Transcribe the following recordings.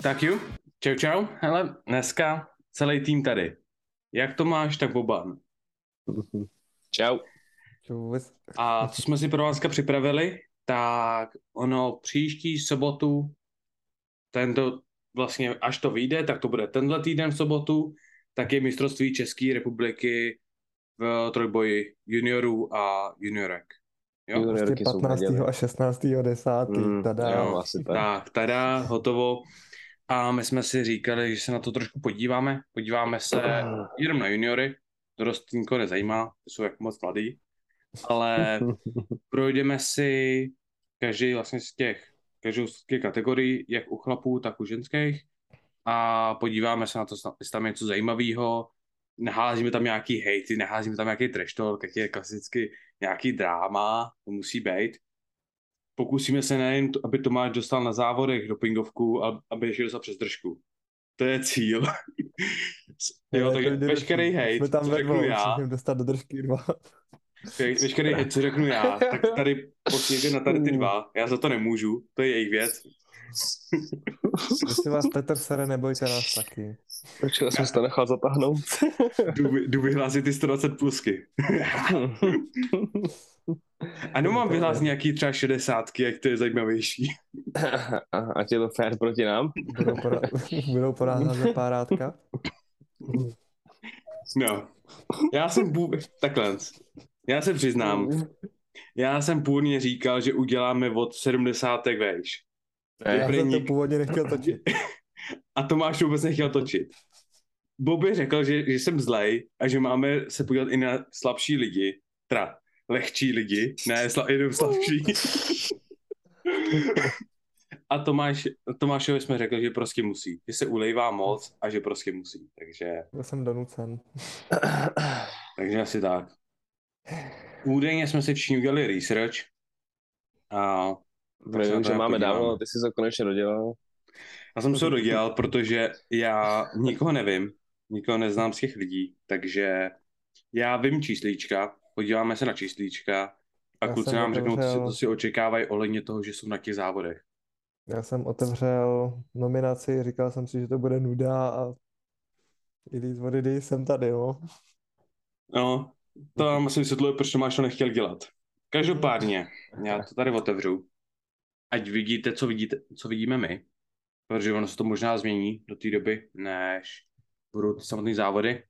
Tak jo, čau. Hele, dneska celý tým tady. Jak to máš, tak Boban. Čau. A co jsme si pro vás připravili, tak příští sobotu, vlastně až to vyjde, tak to bude tenhle týden v sobotu, tak je mistrovství České republiky v trojboji juniorů a juniorek. Jo? Juniorky 15. a 16. 10. Tada. Jo, asi tak. Tak, tada, hotovo. A my jsme si říkali, že se na to trošku podíváme. Podíváme se jenom na juniory, to dost nikoho nezajímá, ty jsou jak moc mladý, ale projdeme si každou z těch kategorií, jak u chlapů, tak u ženských, a podíváme se na to, jestli tam je něco zajímavého. Neházíme tam nějaký hejty, neházíme tam nějaký trash talk, jak je klasicky nějaký dráma, to musí být. Pokusíme se nejen, aby Tomáš dostal na závodech dopingovku, aby ještě dostal přes držku. To je cíl. Jo, takže veškerý hejt, co řeknu já, dostat do držky 2. veškerý hejt, co řeknu já, tak tady posílíte na tady ty dva. Já za to nemůžu, to je jejich věc. Jestli vás Petr sere, nebojte nás taky. Proč já jsem se to nechal zatáhnout? Jdu vyhlásit ty 120 plusky. A mám vyhlásit nějaký třeba 60, jak to je zajímavější. Ať je to fair proti nám. Budou podáhat za párátka. No, takhle. Já se přiznám. Já jsem původně říkal, že uděláme od 70 vejš. Já jsem to původně nechtěl točit. A Tomáš vůbec nechtěl točit. Bobby řekl, že jsem zlej a že máme se podívat i na slabší lidi. Teda lehčí lidi, ne jenom slabší. A Tomášovi jsme řekli, že prostě musí. Že se ulejvá moc a že prostě musí. Takže... Já jsem donucen. Takže asi tak. Údajně jsme si všichni udělali research. A vím, že máme dávno, ty jsi to konečně dodělal. Já jsem se to dodělal, protože já nikoho nevím, nikoho neznám z těch lidí, takže já vím číslíčka, podíváme se na číslíčka a kluci nám řeknou, co si očekávají ohledně toho, že jsou na těch závodech. Já jsem otevřel nominaci, říkal jsem si, že to bude nuda a it is what it is, jsem tady, no. No, to vám asi vysvětluje, proč Tomáš to nechtěl dělat. Každopádně, já to tady otevřu, ať vidíte, co vidíme my, protože ono se to možná změní do té doby, než budou ty samotné závody.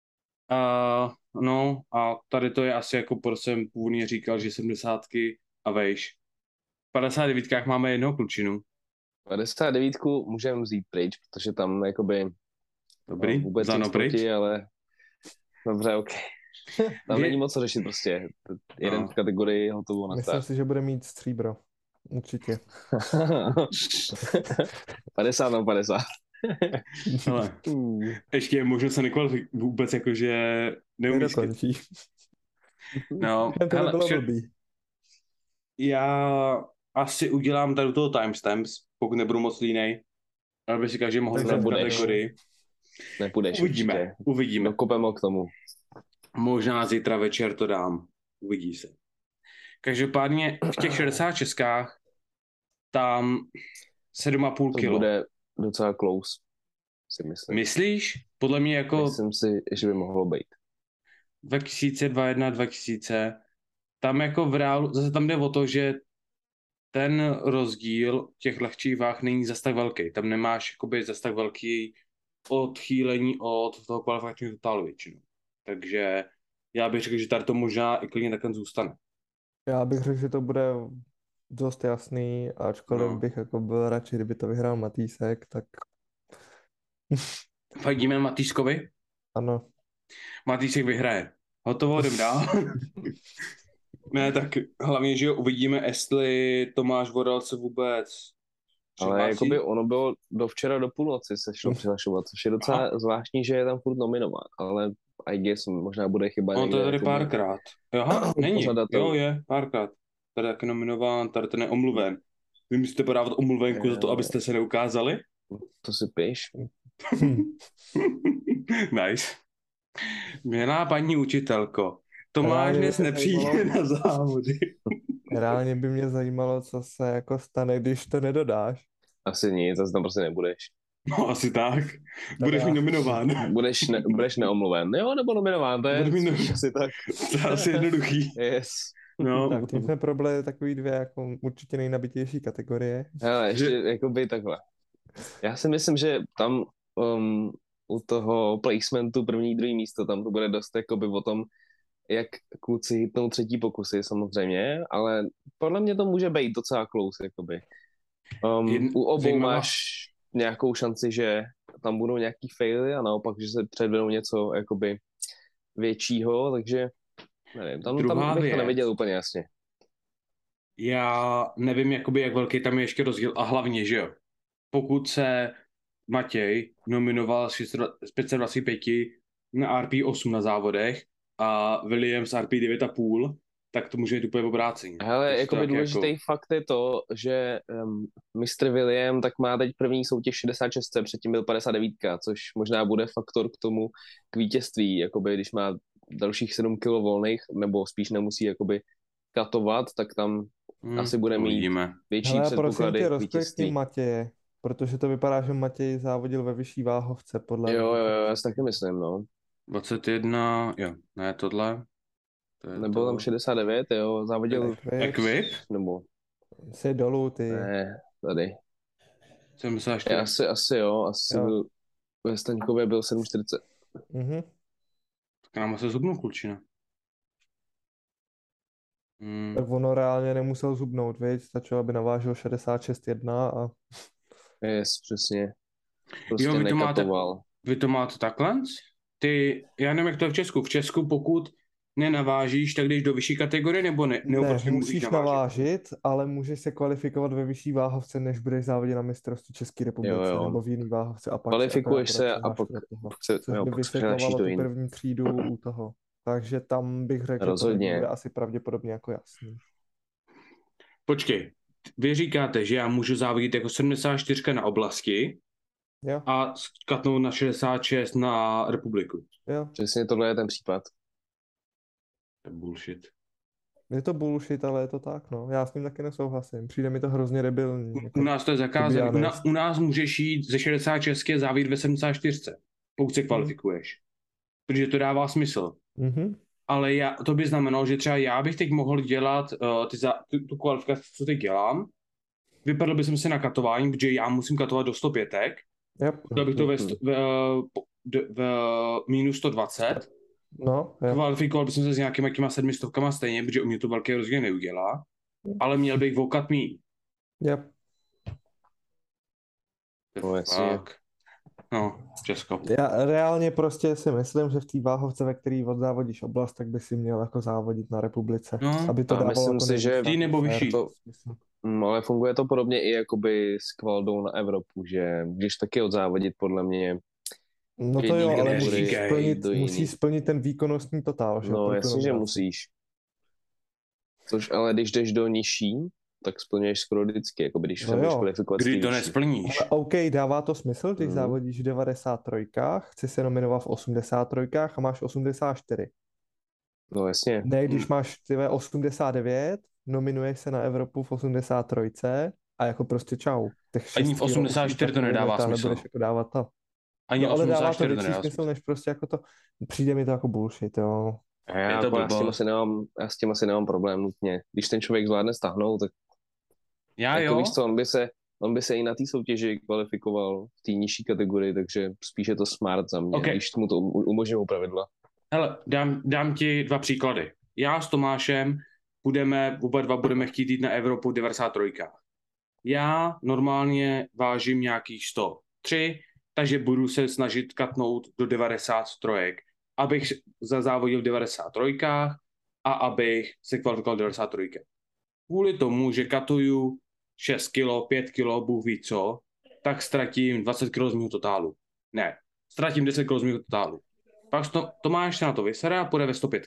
No a tady to je asi jako jsem původně říkal, že 70 a vejš. V 59 máme jednoho klučinu. 59 můžeme vzít pryč, protože tam jakoby dobrý, vůbec nic proti, ale dobře, ok. Tam není moc co řešit prostě. Jeden v kategorii hotovo na start. Myslím si, že bude mít stříbro. Určitě. 50 na 50. Ale ještě je možnost se vůbec jakože neumístit. No, hele, já asi udělám tady toho timestamps, pokud nebudu moc línej, aby si každý mohl znát kategorii. Nepůjdeš. Uvidíme. Dokopeme k tomu. Možná zítra večer to dám. Uvidí se. Každopádně v těch 60 českách tam 7,5 kilo. To bude docela close, si myslím. Myslíš? Podle mě jako... Myslím si, že by mohlo být. 2021, 2000. Tam jako v reálu, zase tam jde o to, že ten rozdíl těch lehčích váh není zas tak velký. Tam nemáš jakoby zas tak velký odchýlení od toho kvalifikačního totálu většinou. Takže já bych řekl, že tady to možná i klidně takhle zůstane. Já bych řekl, že to bude dost jasný, ačkoliv bych jako byl radši, kdyby to vyhrál Matýsek, tak... Fandíme Matýskovi? Ano. Matýsek vyhraje. Hotovo, jdem dál. Ne, tak hlavně, že uvidíme, jestli Tomáš Vodal se vůbec přihlásí. Ale jakoby ono bylo do včera do půlnoci se šlo přihlašovat, což je docela zvláštní, že je tam furt nominován, ale I guess možná bude chyba někde. To je tady párkrát. Aha, není. Jo, je, párkrát. Tady taky nominován, tady ten je omluven. Vy musíte podávat omluvenku za to, abyste se neukázali? To si píš. Nice. Milá paní učitelko, Tomáš dnes nepřijde na závody. Reálně by mě zajímalo, co se jako stane, když to nedodáš. Asi nic, zase tam prostě nebudeš. No, asi tak. Budeš mi nominován. Budeš neomluven. Jo, nebo nominován, to je Budeš mi spíš asi tak. To je asi jednoduchý. Yes. No, Tak tím jsme probrali takový dvě jako určitě nejnabitější kategorie. Hele, ještě jakoby takhle. Já si myslím, že tam u toho placementu první, druhý místo, tam to bude dost jakoby o tom, jak kluci hitnou třetí pokusy samozřejmě, ale podle mě to může být docela close, jakoby. U obou máš nějakou šanci, že tam budou nějaký faily a naopak, že se předvedou něco jakoby většího, takže nevím, tam bych to neviděl úplně jasně. Já nevím, jakoby, jak velký tam je ještě rozdíl a hlavně, že jo, pokud se Matěj nominoval z 525 na RP8 na závodech a Williams RP 9,5, tak to může být úplně obráceně. Hele, jakoby důležitý fakt je to, že Mr. William tak má teď první soutěž 66, předtím byl 59, což možná bude faktor k tomu k vítězství, jakoby když má dalších 7 kg volných, nebo spíš nemusí jakoby katovat, tak tam asi bude mít větší předpoklady k vítězství. Matěje, protože to vypadá, že Matěj závodil ve vyšší váhovce, podle Jo, já si taky myslím, no. 21, jo, ne tohle. Nebo tam 69, jo, závodil Equip? Nebo... Jsi dolů, ty. Ne, tady. 74. Asi jo, byl, ve Staňkově byl 7,40. Mhm. Tak nám se zubnul klučina. Tak ono reálně nemusel zubnout, viď? Stačilo, aby navážil 66,1 a... Yes, přesně. Prostě jo, nekatoval. Vy to máte takhle? Já nevím, jak to je v Česku. V Česku, pokud nenavážíš, tak jdeš do vyšší kategorie, nebo ne? Ne, musíš navážit, ale můžeš se kvalifikovat ve vyšší váhovce, než budeš závodit na mistrovství České republiky, nebo v jiný váhovce. A pak kvalifikuješ se a pak by vysvětlovalo tu první třídu u toho. Takže tam bych řekl, že to bude asi pravděpodobně jako jasný. Počkej, vy říkáte, že já můžu závodit jako 74 na oblasti, jo, a skatnout na 66 na republiku. Jo. Přesně tohle je ten případ. To je bullshit. Je to bullshit, ale je to tak, no. Já s ním taky nesouhlasím. Přijde mi to hrozně debilní. Jako, u nás to je zakázané. U nás můžeš jít ze 66 závodit ve 74, pokud se kvalifikuješ. Protože to dává smysl. Ale to by znamenalo, že třeba já bych teď mohl dělat tu kvalifikaci, co teď dělám. Vypadl bych se na katování, protože já musím katovat do 105. Dal bych to v minus 120. No, kvalifikoval bych se s nějakýma těma 700 stejně, protože u mě to velké rozdíl neudělá. Ale měl bych vokat míň. No, Česko. Já reálně prostě si myslím, že v té váhovce, ve který odzávodíš oblast, tak by si měl jako závodit na republice. No, aby to dávalo myslím jako si, že tý nebo vyšší. Ale funguje to podobně i jakoby s kvaldou na Evropu, že když taky odzávodit podle mě. No to jo, ale musí splnit ten výkonnostní totál. Že? No jasně, že musíš. Což ale když jdeš do nižší, tak splňuješ skoro vždycky, jako když se můžeš kvalifikovat. Kdy to nesplníš? Ale OK, dává to smysl, když závodíš v 93, chci se nominovat v 83 a máš 84. No jasně. Ne, když máš 89, nominuješ se na Evropu v 83 a jako prostě čau. Ani v 84 to nedává smysl. Jako dávat to. Ani ale 84 dává to větší smysl, než prostě jako to, přijde mi to jako bullshit, jo. Já s tím asi nemám problém nutně. Když ten člověk zvládne stáhnout, tak jako víš co, on by se i na té soutěži kvalifikoval v té nižší kategorii, takže spíš je to smart za mě, když mu to umožňují pravidla. Hele, dám ti 2 příklady. Já s Tomášem oba dva budeme chtít jít na Evropu v 93. Já normálně vážím nějakých 103, takže budu se snažit katnout do 93, abych zazávodil v 93 a abych se kvalifikoval v 93. Kvůli tomu, že katuju 6 kg, 5 kg, Bůh ví co, tak ztratím 20 kg z mého totálu. Ne, ztratím 10 kg z mého totálu. Pak Tomáš se na to vysere a půjde ve 105.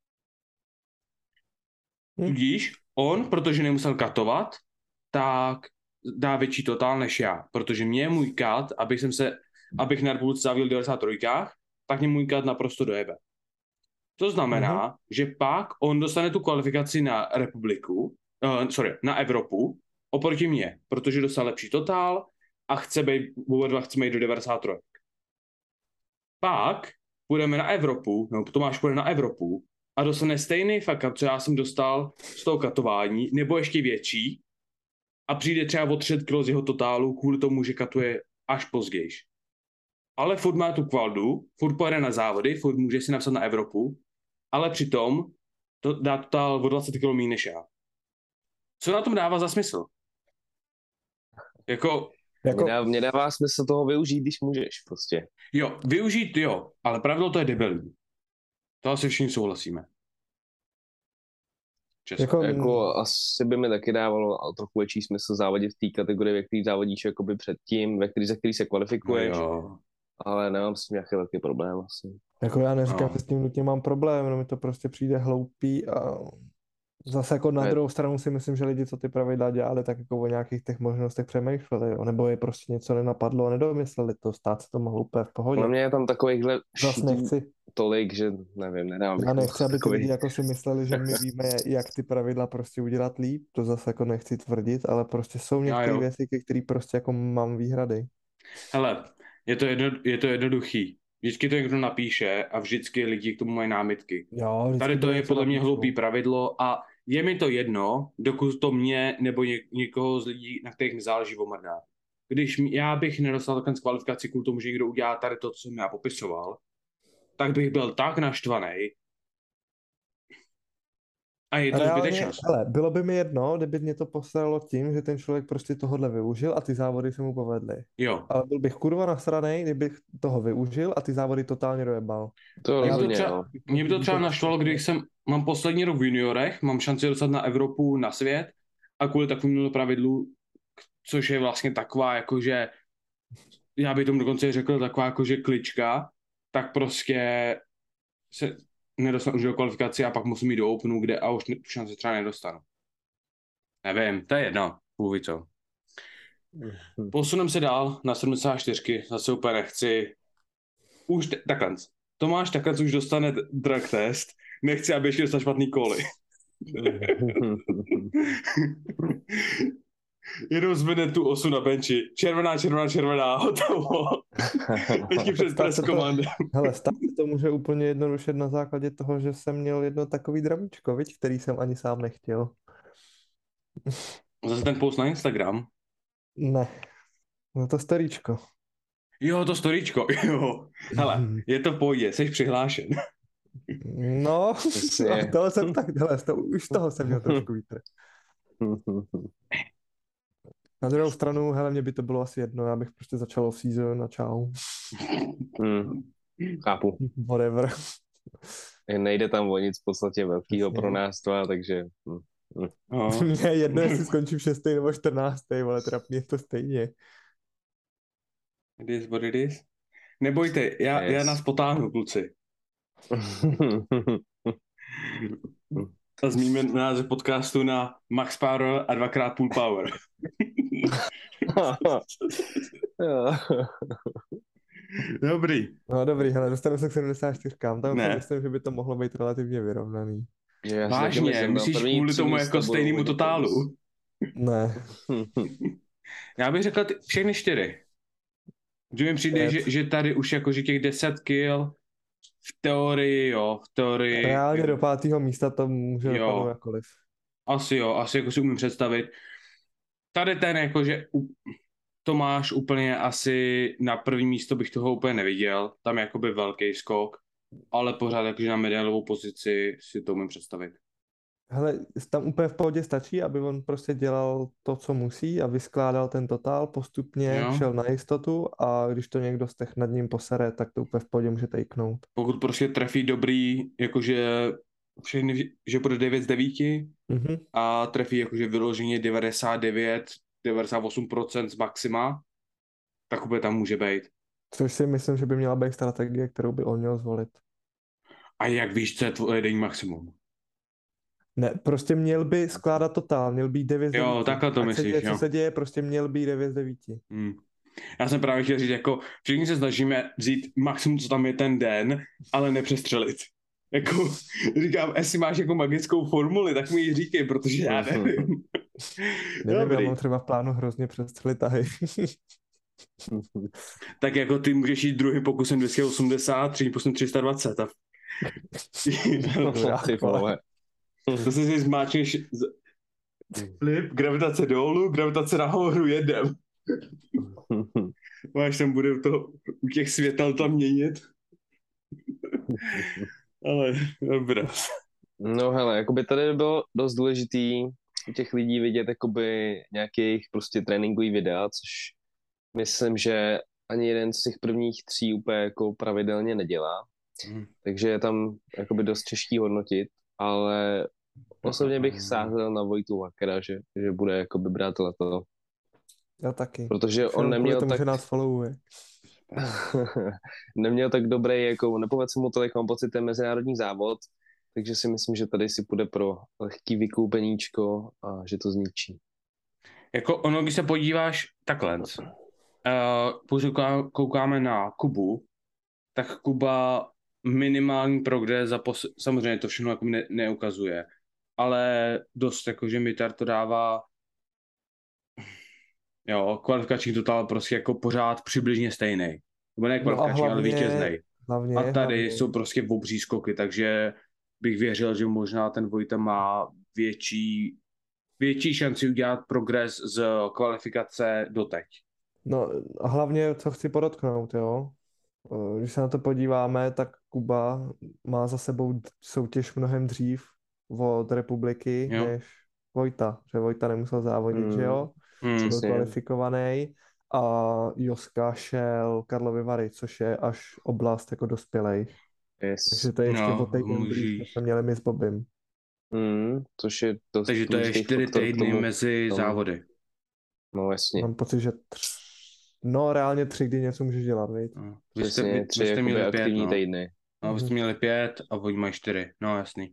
Tudíž on, protože nemusel katovat, tak dá větší totál než já, protože mě můj kat, abych na republice závodil v 93, tak mě můj kat naprosto dojebe. To znamená, že pak on dostane tu kvalifikaci na republiku, na Evropu, oproti mně, protože dostal lepší totál a oba dva chceme jít do 93. Pak půjdeme na Evropu, nebo Tomáš půjde na Evropu a dostane stejný fuck up, co já jsem dostal z toho katování, nebo ještě větší a přijde třeba o 30 kg z jeho totálu kvůli tomu, že katuje až později. Ale furt má tu kvaldu, furt pojede na závody, furt může si napsat na Evropu, ale přitom to dá totál o 20 kg méně než já. Co na tom dává za smysl? Jako... Mně dává smysl toho využít, když můžeš prostě. Jo, využít jo, ale pravidlo to je debilní. To asi všichni souhlasíme. Jako asi by mi taky dávalo trochu větší smysl závodit v té kategorii, ve který závodíš jakoby předtím, za který se kvalifikuješ. No, ale nemám s tím nějaký velký problém asi. Jako já neříkám, že s tím nutně mám problém, no mi to prostě přijde hloupý a zase jako na druhou stranu si myslím, že lidi, co ty pravidla dělali, tak jako o nějakých těch možnostech přemýšleli, jo? Nebo je prostě něco nenapadlo a nedomysleli to, stát se to mohlo úplně v pohodě. Na mě je tam takovýchhle nechci. Tolik, že nevím, nedám. Já nechci, aby ty lidi jako si mysleli, že my víme, jak ty pravidla prostě udělat líp, to zase jako nechci tvrdit, ale prostě jsou některé věci, ke který prostě jako mám výhrady. Hele, je to jednoduchý. Vždycky to někdo napíše a vždycky lidi k tomu mají námitky. Jo, tady to je podle mě hloupý pravidlo a je mi to jedno, dokud to mě nebo někoho z lidí, na kterých mi záleží, omrdá. Když já bych nedostal takhle z kvalifikaci kvůli tomu, že někdo udělá tady to, co jsem já popisoval, tak bych byl tak naštvaný. A je to zbytečnost. Ale bylo by mi jedno, kdyby mě to postaralo tím, že ten člověk prostě tohohle využil a ty závody se mu povedly. Jo. Ale byl bych kurva nasranej, kdybych toho využil a ty závody totálně dojebal. Mě by to třeba naštvalo, když mám poslední rok v juniorech, mám šanci dostat na Evropu, na svět a kvůli takovému pravidlu, což je vlastně taková jakože, já bych tomu dokonce řekl taková jakože klička, tak prostě se nedostanu už do kvalifikaci a pak musím jít do Openu, kde a už šanci třeba nedostanu. Nevím, to je jedno, půví co. Posunem se dál na 74, zase úplně nechci. Už takhle. Tomáš takhle už dostane drug test, nechci, aby ještě dostal špatný koly. Jenom zvedne tu osu na benči. Červená, hotovo. Teďky přes press komandem. Hele, stát to může úplně jednoduše na základě toho, že jsem měl jedno takový dramíčko, viď, který jsem ani sám nechtěl. Zase ten post na Instagram? Ne, no to storíčko. Jo, to storíčko, jo. Hele, je to v pohodě, jsi přihlášen. No, toho jsem tak, hele, už z toho jsem měl trošku vítr. Na druhou stranu, hele, mě by to bylo asi jedno, já bych prostě začal off-season a čau. Chápu. Whatever. Nejde tam o nic v podstatě velkýho pro nás dva, takže... Mně jedno, jestli skončím 6. nebo 14. ale trapně je to stejně. It is what it is. Nebojte, já nás potáhnu, kluci. A zmíníme název podcastu na Max Power a 2x Full Power. Dobrý. No dobrý, hele, dostanu se k 74. Tam si myslím, že by to mohlo být relativně vyrovnaný. Vážně, myslíš kvůli tomu jako stejnému totálu? Ne. Já bych řekl všechny 4. Že mi přijde, že tady už jakože těch 10 kill v teorii. Reálně do 5. místa to může dopadnout jakkoliv. Asi jako si umím představit. Tady ten jakože Tomáš úplně asi na první místo bych toho úplně neviděl. Tam je jakoby velký skok, ale pořád jakože na medailovou pozici si to umím představit. Hele, tam úplně v pohodě stačí, aby on prostě dělal to, co musí a vyskládal ten totál, postupně šel na jistotu a když to někdo z těch nad ním posere, tak to úplně v pohodě může tajknout. Pokud prostě trefí dobrý, jakože všechny, že bude 9 z 9 a trefí jakože vyloženě 98% z maxima, tak úplně tam může být. Což si myslím, že by měla být strategie, kterou by on měl zvolit. A jak víš, co je tvoje denní maximum? Ne, prostě měl by skládat totál, měl být 9 z 9. Jo, takhle to myslíš, jo. Co se děje, prostě měl být 9 z 9. Já jsem právě chtěl říct, jako všichni se snažíme vzít maximum, co tam je ten den, ale nepřestřelit. Jako, říkám, jestli máš jako magickou formuli, tak mi ji říkej, protože já nevím. Nevím, já mám třeba v plánu hrozně přestřelit tahy. Tak jako ty můžeš jít druhým pokusem 280, třetím pokusem 320 a Ty vole. to si zmáčneš flip, gravitace dolů, gravitace nahoru, jedem. Máš tam bude u těch světel tam měnit. Ale dobrá. No hele, jakoby tady bylo dost důležitý u těch lidí vidět jakoby nějakých prostě tréninkový videa, což myslím, že ani jeden z těch prvních 3 úplně jako pravidelně nedělá. Takže je tam jakoby dost těžký hodnotit, ale osobně bych sázel na Vojtu Vakera, že bude jakoby brát leto. Já taky. Protože on neměl tomu, tak... že nás followuje. neměl tak dobrý, jako nepovedl se mu tolik, mám pocit, ten mezinárodní závod, takže si myslím, že tady si půjde pro lehký vykoupeníčko a že to zničí. Jako ono, když se podíváš takhle, pokud koukáme na Kubu, tak Kuba minimální progres samozřejmě to všechno jako neukazuje, ale dost jako, že Mitar to dává kvalifikační totál prostě jako pořád přibližně stejný. Nebo ne kvalifikační, ale vítěznej. A tady jsou prostě obří skoky, takže bych věřil, že možná ten Vojta má větší šanci udělat progres z kvalifikace doteď. No a hlavně, co chci podotknout, jo. Když se na to podíváme, tak Kuba má za sebou soutěž mnohem dřív od republiky, než Vojta. Že Vojta nemusel závodit, že jo? Byl kvalifikovaný a Joska šel Karlovy Vary, což je až oblast jako dospělej. Yes. Takže to je ještě o týden blíž, než jsme měli my s Bobem. Což je dost. Takže to je 4 týdny mezi závody. No jasně. Mám pocit, že reálně 3, kdy něco můžeš dělat, viď? No. Vy jste měli aktivní týdny. No, vy jste měli 5 a oni mají 4. No jasný.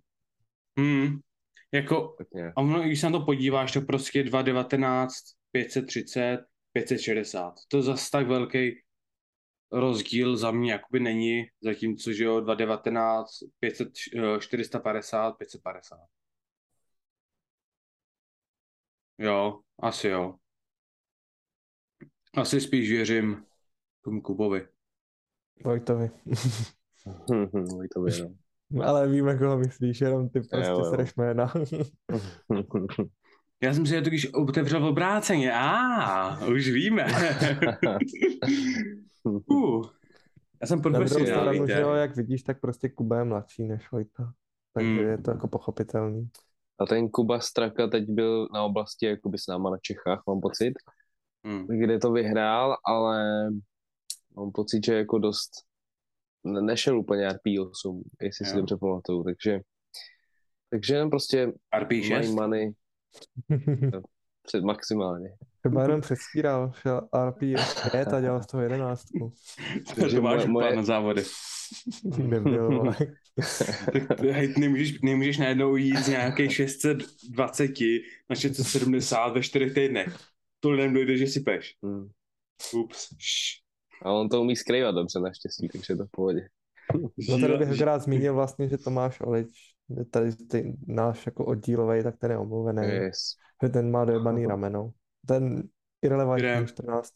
Jako, a ono, když se na to podíváš, to prostě 2.19, 530, 560. To zase tak velký rozdíl za mě jakoby není, zatímco, že jo, 2.19, 450, 550. Jo, asi jo. Asi spíš věřím tomu Kubovi. Vojtovi. Vojtovi, no. Ale víme, koho myslíš, jenom ty prostě sereš jména. Já jsem si to když otevřel obráceně. Už víme. Já jsem profesionální. Jak vidíš, tak prostě Kuba je mladší než Vojta. Takže je to jako pochopitelný. A ten Kuba Straka teď byl na oblasti jakoby s náma na Čechách, mám pocit, kde to vyhrál, ale mám pocit, že jako dost nešel úplně RP8, jestli si dobře pamatuju, takže jenom prostě RP6? money maximálně. Třeba jenom předstíral, šel RP5 a dělal z toho 11. To máš plán na závody. Nebyl, nemůžeš najednou jít z nějakých 620 na 670 ve 4 týdnech. To lidem dojde, že si peš. Ups. A on to umí skrývat dobře naštěstí, takže je to v pohodě. No tady bych rád zmínil vlastně, že Tomáš Olič, tady náš jako oddílovej, tak ten je omluvený. Yes. Že ten má dojebaný rameno. Ten irrelevantní 14.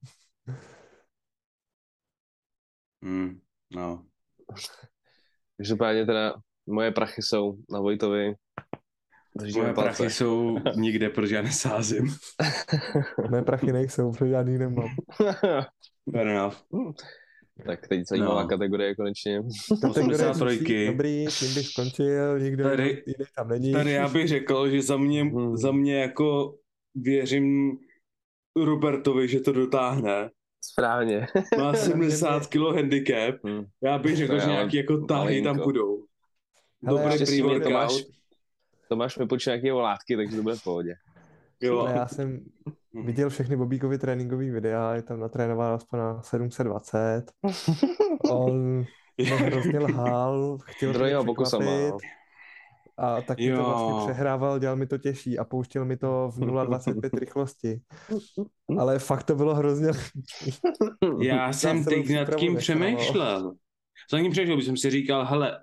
No. Každopádně teda moje prachy jsou na Vojtovi. Moje prachy jsou nikde, protože já nesázím. Moje prachy nejsou, protože já nikde nemám. Fair enough. Tak teď zajímavá kategorie konečně. Kategorie dobrý, tím bych skončil, nikdo jiný tam není. Tady já bych řekl, že za mě jako věřím Robertovi, že to dotáhne. Správně. Má 70 kg handicap. Já bych řekl, že nějaký jako tahy tam budou. Dobrý pre-workout. Tomáš mi počítá nějaké látky, takže to bude v pohodě. Jo. Já jsem viděl všechny Bobíkovy tréninkový videa, je tam natrénoval aspoň na 720. On hrozně lhal, chtěl druhého pokusu a taky to vlastně přehrával, dělal mi to těžší a pouštěl mi to v 0,25 rychlosti. Ale fakt to bylo hrozně. Já jsem teď nad tím přemýšlel. Když jsem si říkal, hele,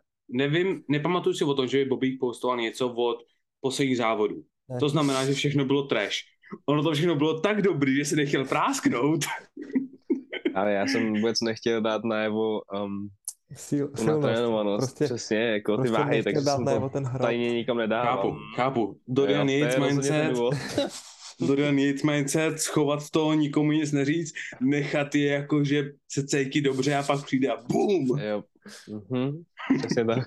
nepamatuju si o tom, že by Bobík postoval něco od posledních závodů. To znamená, že všechno bylo trash. ono to všechno bylo tak dobrý, že se nechtěl prásknout. Ale já jsem vůbec nechtěl dát najevo tu natrénovanost, Prostě, přesně, jako ty prostě váhy, nechtěl takže dát jsem najevo to ten hrot. tajně nikam nedával. Chápu. Dorian Jo, to Yates je rozhodně ten mindset, důvod. Dorian Yates mindset, schovat to, nikomu nic neříct, nechat je jako, že se cítí dobře a pak přijde a BUM! Jo, přesně tak.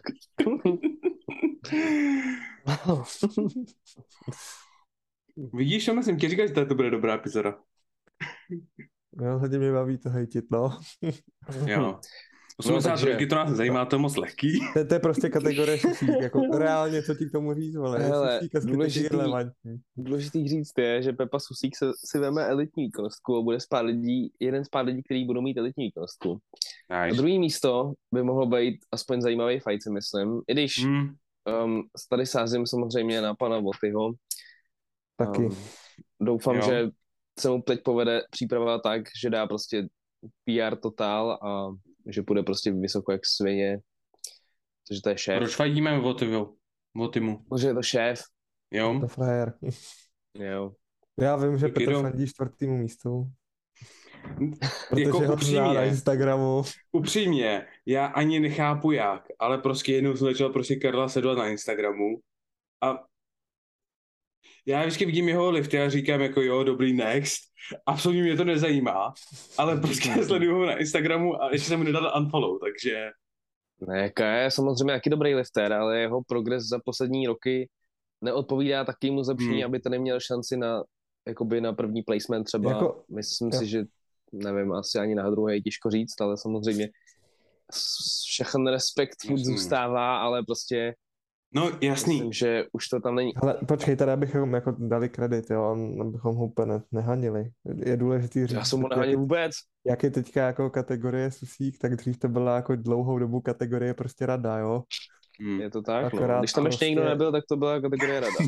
Vidíš, to jsem ti říkal, že to bude dobrá epizoda. Jo, hodně mě baví to hejtit, no. Jo. 83 takže- to nás nezajímá, to je moc lehký. To je prostě kategorie susík, jako reálně co ti k tomu říct, vole, Hele, susík a skutečně relevantní. Důležitý říct je, že Pepa Susík si veme elitní výkonnostku a bude jeden z pár lidí, kteří budou mít elitní výkonnostku. A Nice. druhý místo by mohlo být aspoň zajímavý fight, si myslím. I když tady sázím samozřejmě na pana Votyho. Taky. Doufám, Jo. že se mu teď povede příprava tak, že dá prostě PR totál a že půjde prostě vysoko jak svině. Protože to je šéf. Proč fandíme Votymu? Protože je to šéf. Jo? To frajer. Jo. Já vím, že Díky, Petr no. fandí čtvrtýmu místu. Jako Protože ho zná na upřímně, Instagramu. upřímně, já ani nechápu jak, ale prostě jednou jsem začal prostě Karla sledovat na Instagramu a já vždycky vidím jeho lifty a říkám jako jo, dobrý, next. Absolutně mě to nezajímá, ale prostě sleduju ho na Instagramu a ještě jsem mu nedal unfollow, takže Ne, jako je samozřejmě jaký dobrý lifter, ale jeho progres za poslední roky neodpovídá takovému zlepšení, aby to neměl šanci na první placement třeba. Jako- Myslím jo. si, že nevím, asi ani na druhé, těžko říct, ale samozřejmě všechen respekt furt Jasný. zůstává, ale prostě no jasný. myslím, že už to tam není. Ale počkej, tady abychom jako dali kredit, jo, abychom ho úplně nehanili. Je důležitý říct, Já jsem mu jak nehanil je- vůbec. jak je teďka jako kategorie susík, tak dřív to byla jako dlouhou dobu kategorie prostě rada, jo. Je to tak, no. Akorát Když tam ještě prostě- nikdo nebyl, tak to byla kategorie rada.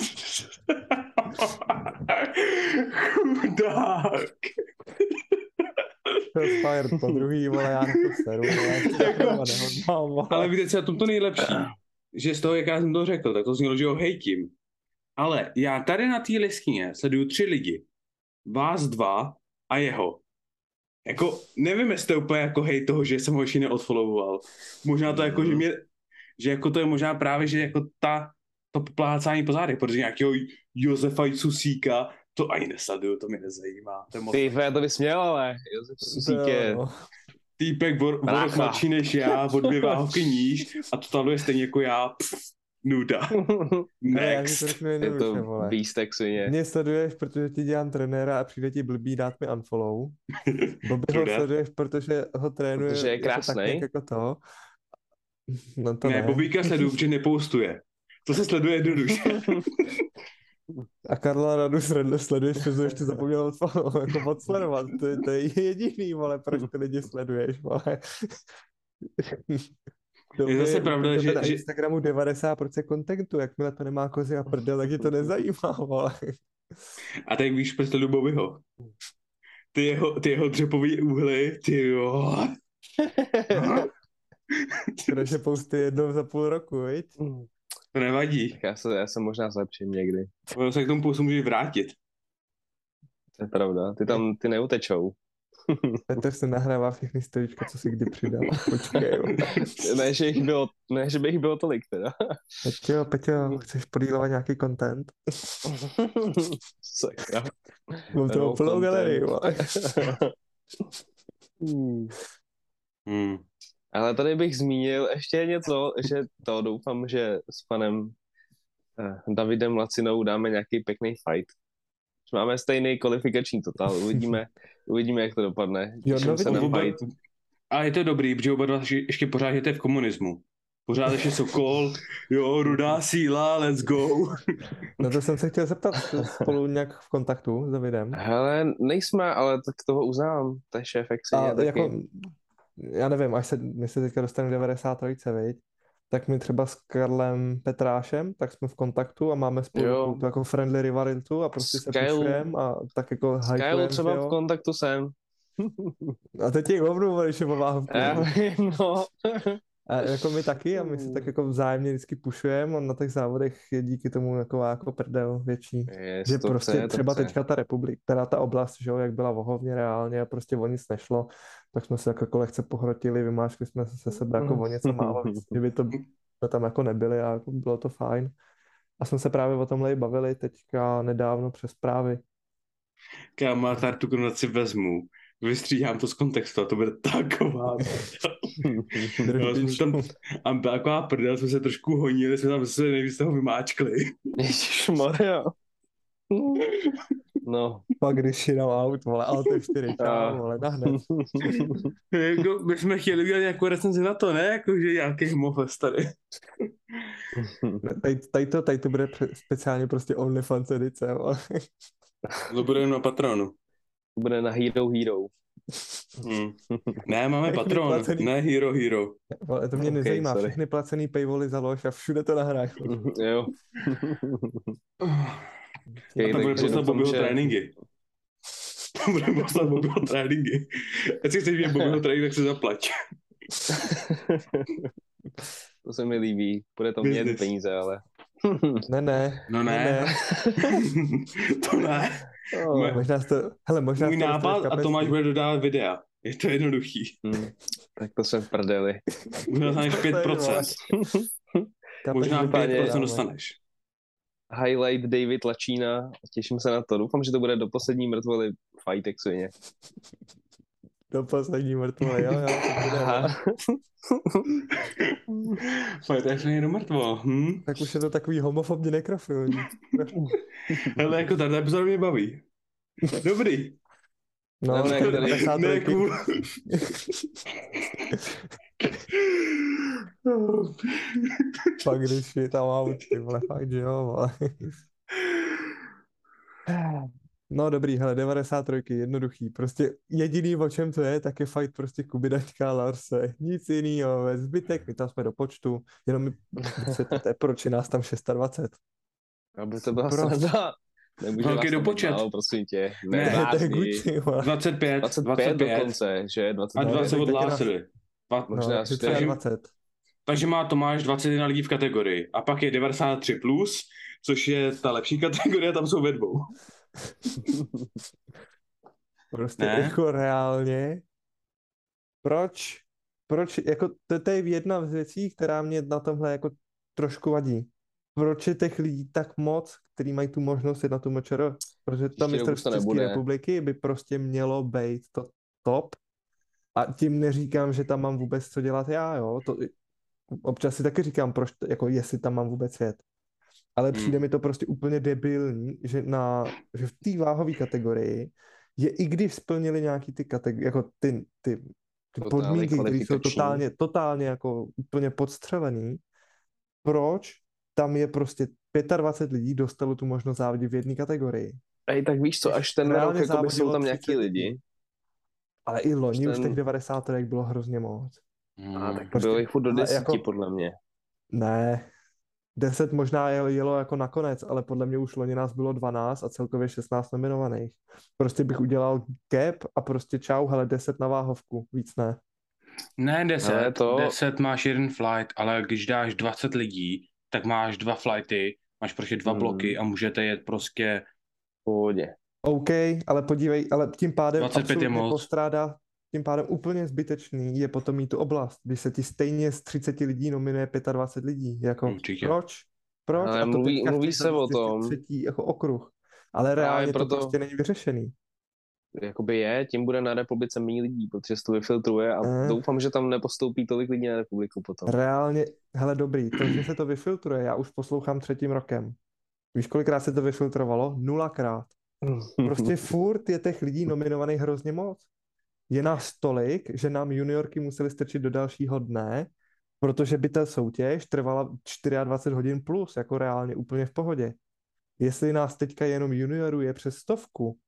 Chudák. Fire po druhý, vole, já na to seru, vole, Jako- nehodlám, vole. Ale víte, co je na tom to nejlepší? Že z toho, jak já jsem to řekl, tak to znělo, že ho hejtím. Ale já tady na té listině sleduju 3 lidi. Vás 2 a jeho. Jako, nevím, jestli to je úplně jako hejt toho, že jsem ho ještě neodfollowoval. Možná to jako, že jako to je možná právě, že jako to poplácání po zádech, protože nějakého Josefa Susíka, to ani nesleduju, to mě nezajímá. To je moc Ty, to bys měl, ale Josef Susík je... No. týpek o rok Brácha. mladší než já, o 2 váhovky níž a to taluje stejně jako já. Nuda. Ale já ti Next. to řeknu Je jednoduše, to vole. výstek svině. Mě sleduješ, protože ti dělám trenéra a přijde ti blbý dát mi unfollow. Bobby ho Trude. sleduješ, protože ho trénuje Protože je jako krásnej. tak nějak jako to. No to Ne, ne. Bobíka sleduju, protože nepostuje. To se sleduje jednoduše. A Karla Radu sleduješ, protože ještě zapomněl jako odsledovat. To je jediný, vole, proč ty lidi sleduješ, vole. Je zase pravda, to že- na že- Instagramu 90% kontentu, jakmile to nemá kozy a prdel, tak je to nezajímá, vole. A tak víš, proč sleduju Bobbyho. Ty jeho dřepový úhly, ty jo. Protože posty jednou za půl roku, viď? To nevadí. Tak já se možná zlepším někdy. Ono se k tomu postu může vrátit. To je pravda. Ty neutečou. Petr se nahrává všechny storíčka, co si kdy přidal. Počkej, vole. Ne, že by jich bylo tolik teda. Peťo, chceš podílovat nějaký content? Sakra. Mám to No, plnou content. galerii, vole. Ale tady bych zmínil ještě něco, že to doufám, že s panem Davidem Lacinou dáme nějaký pěkný fight. Máme stejný kvalifikační totál, uvidíme, jak to dopadne. Jo, Těším no, se na vidím. fight. A je to dobrý, protože oba dva ještě pořád žijete v komunismu. Pořád ještě Sokol, jo, rudá síla, let's go. No to jsem se chtěl zeptat, jste spolu nějak v kontaktu s Davidem? Hele, nejsme, ale tak toho uznám, to je šéf Exině A taky. jako, já nevím, my se teďka dostaneme k 93, viď? Tak my třeba s Karlem Petrášem, tak jsme v kontaktu a máme spolu Jo. takovou tu jako friendly rivalitu a prostě S se Kyle- pušujeme a tak jako S Kyle hypujeme, třeba že v jo? kontaktu jsem. A teď je hovnu, když je po váhovku. Já vím, no. A jako my taky a my se tak jako vzájemně vždycky pušujeme, on na těch závodech je díky tomu jako prdel větší. Že To prostě chce, to třeba chce. teďka ta republika, teda ta oblast, že jo, jak byla vohovně reálně a prostě o nic nešlo, tak jsme se jako lehce pohrotili, vymáškli jsme se sebe jako o něco málo víc, kdyby to jsme tam jako nebyli a jako bylo to fajn. A jsme se právě o tomhle i bavili teďka nedávno přes zprávy. Kámo, já tady tu konotaci vezmu, vystříhám to z kontextu a to bude taková no, jsme se tam, a byla taková prdel, jsme se trošku honili, jsme tam se nejvíc toho vymáčkli. Ježišmarja. No. Pak když jinem aut, vole, ale 4, čau, vole, nahned. Jako, my jsme chtěli udělat nějakou recenzi na to, ne? Jako, že nějaký Homofest tady. Tady to bude speciálně prostě OnlyFans edice, vole. To bude na Patronu. To bude na Hero Hero. Ne, máme Patron, placený. ne Hero. Ale to mě Okay, nezajímá, sorry. všechny placený paywally založ a všude to nahraj. Jo. A tam bude takže poslat doufám, Bobbyho že- tréninky. Tam bude poslat Bobbyho tréninky. Jestli chceš vidět Bobbyho trénink, tak se zaplať. To se mi líbí. Bude to mít Business. peníze, ale... Ne. No ne. To ne. Oh. Možná možná Můj jste nápad dostali z a kapesky. Tomáš bude dodávat videa. Je to jednoduchý. Tak to jsem v prdeli. Možná dostaneš 5%. Kapesky Možná každopádně- 5% dostaneš. Highlight David Lačína. Těším se na to. Doufám, že to bude do poslední mrtvoly fight exuně. Do poslední mrtvole, jo, to bude, Aha. Fajt, jak nejdu mrtvo. tak už je to takový homofobně nekrofilní. Ale jako tady epizoda mě baví. Dobrý. No, Ne, tak tady- 50 Ne, roky. cool. Pak když je tam aut, ty vole, fakt, že jo, vole. No dobrý, hele, 93, jednoduchý. Prostě jediný, o čem to je, tak je fight prostě Kubidačka a Larse. Nic jinýho, ve zbytek, my tam jsme do počtu, jenom mi vysvětlete, proč je nás tam 620. Aby to byla Proč? sranda. Nemůže Velký vás tam být dopočet. málo, prosím tě. Ne, To je Nevážný. Gucci, vole. 25, 25 dokonce, že? A 25. 20 tak je odhlásili. Možná no, 4. 20. Takže má Tomáš 21 lidí v kategorii. A pak je 93+, plus, což je ta lepší kategorie, tam jsou ve dvou. Prostě Ne? jako reálně, proč, jako to je jedna z věcí, která mě na tomhle jako trošku vadí. Proč je těch lidí tak moc, který mají tu možnost jít na tu MČR? Protože tam Příští rok už to mistrovství České nebude. republiky by prostě mělo být to top. A tím neříkám, že tam mám vůbec co dělat já, jo. To, občas si taky říkám, proč, jako jestli tam mám vůbec jet. Ale přijde mi to prostě úplně debilní, že v té váhové kategorii je, i když splnili nějaký ty kategorie, jako ty Totálně podmínky, které jsou kvalifikační. totálně jako úplně podstřelený, proč tam je prostě 25 lidí dostalo tu možnost závodit v jedné kategorii. Ej, tak víš co, až ten Reálně rok jakoby jsou závodilo tam 30 nějaký lidi. lidí. Ale i loni už Ten- těch 90 bylo hrozně moc. A tak Prostě- bylo jich furt do ale 10, jako- podle mě. Ne, 10 možná jelo jako nakonec, ale podle mě už loni nás bylo 12 a celkově 16 nominovaných. Prostě bych udělal cap a prostě čau, hele, 10 na váhovku, víc ne. Ne 10, Ale to- 10 máš jeden flight, ale když dáš 20 lidí, tak máš 2 flighty, máš prostě 2 bloky a můžete jet prostě V pohodě. OK, ale podívej, ale tím pádem 25 je absolutně moc. postrádá, tím pádem úplně zbytečný je potom mít tu oblast, když se ti stejně z 30 lidí nominuje 25 lidí, jako Určitě. proč? Proč? Ale A to mluví- teďka mluví chceš se o zavíst ještě tom. třetí jako okruh. Ale reálně proto- to prostě není vyřešený. Jakoby je, tím bude na republice méně lidí, protože se to vyfiltruje a doufám, že tam nepostoupí tolik lidí na republiku potom. Reálně, hele dobrý, to, že se to vyfiltruje, já už poslouchám 3. rokem. Víš, kolikrát se to vyfiltrovalo? 0krát. Prostě furt je těch lidí nominovaných hrozně moc. Je nás tolik, že nám juniorky museli strčit do dalšího dne, protože by ta soutěž trvala 24 hodin plus, jako reálně úplně v pohodě. Jestli nás teďka jenom juniorů je přes 100,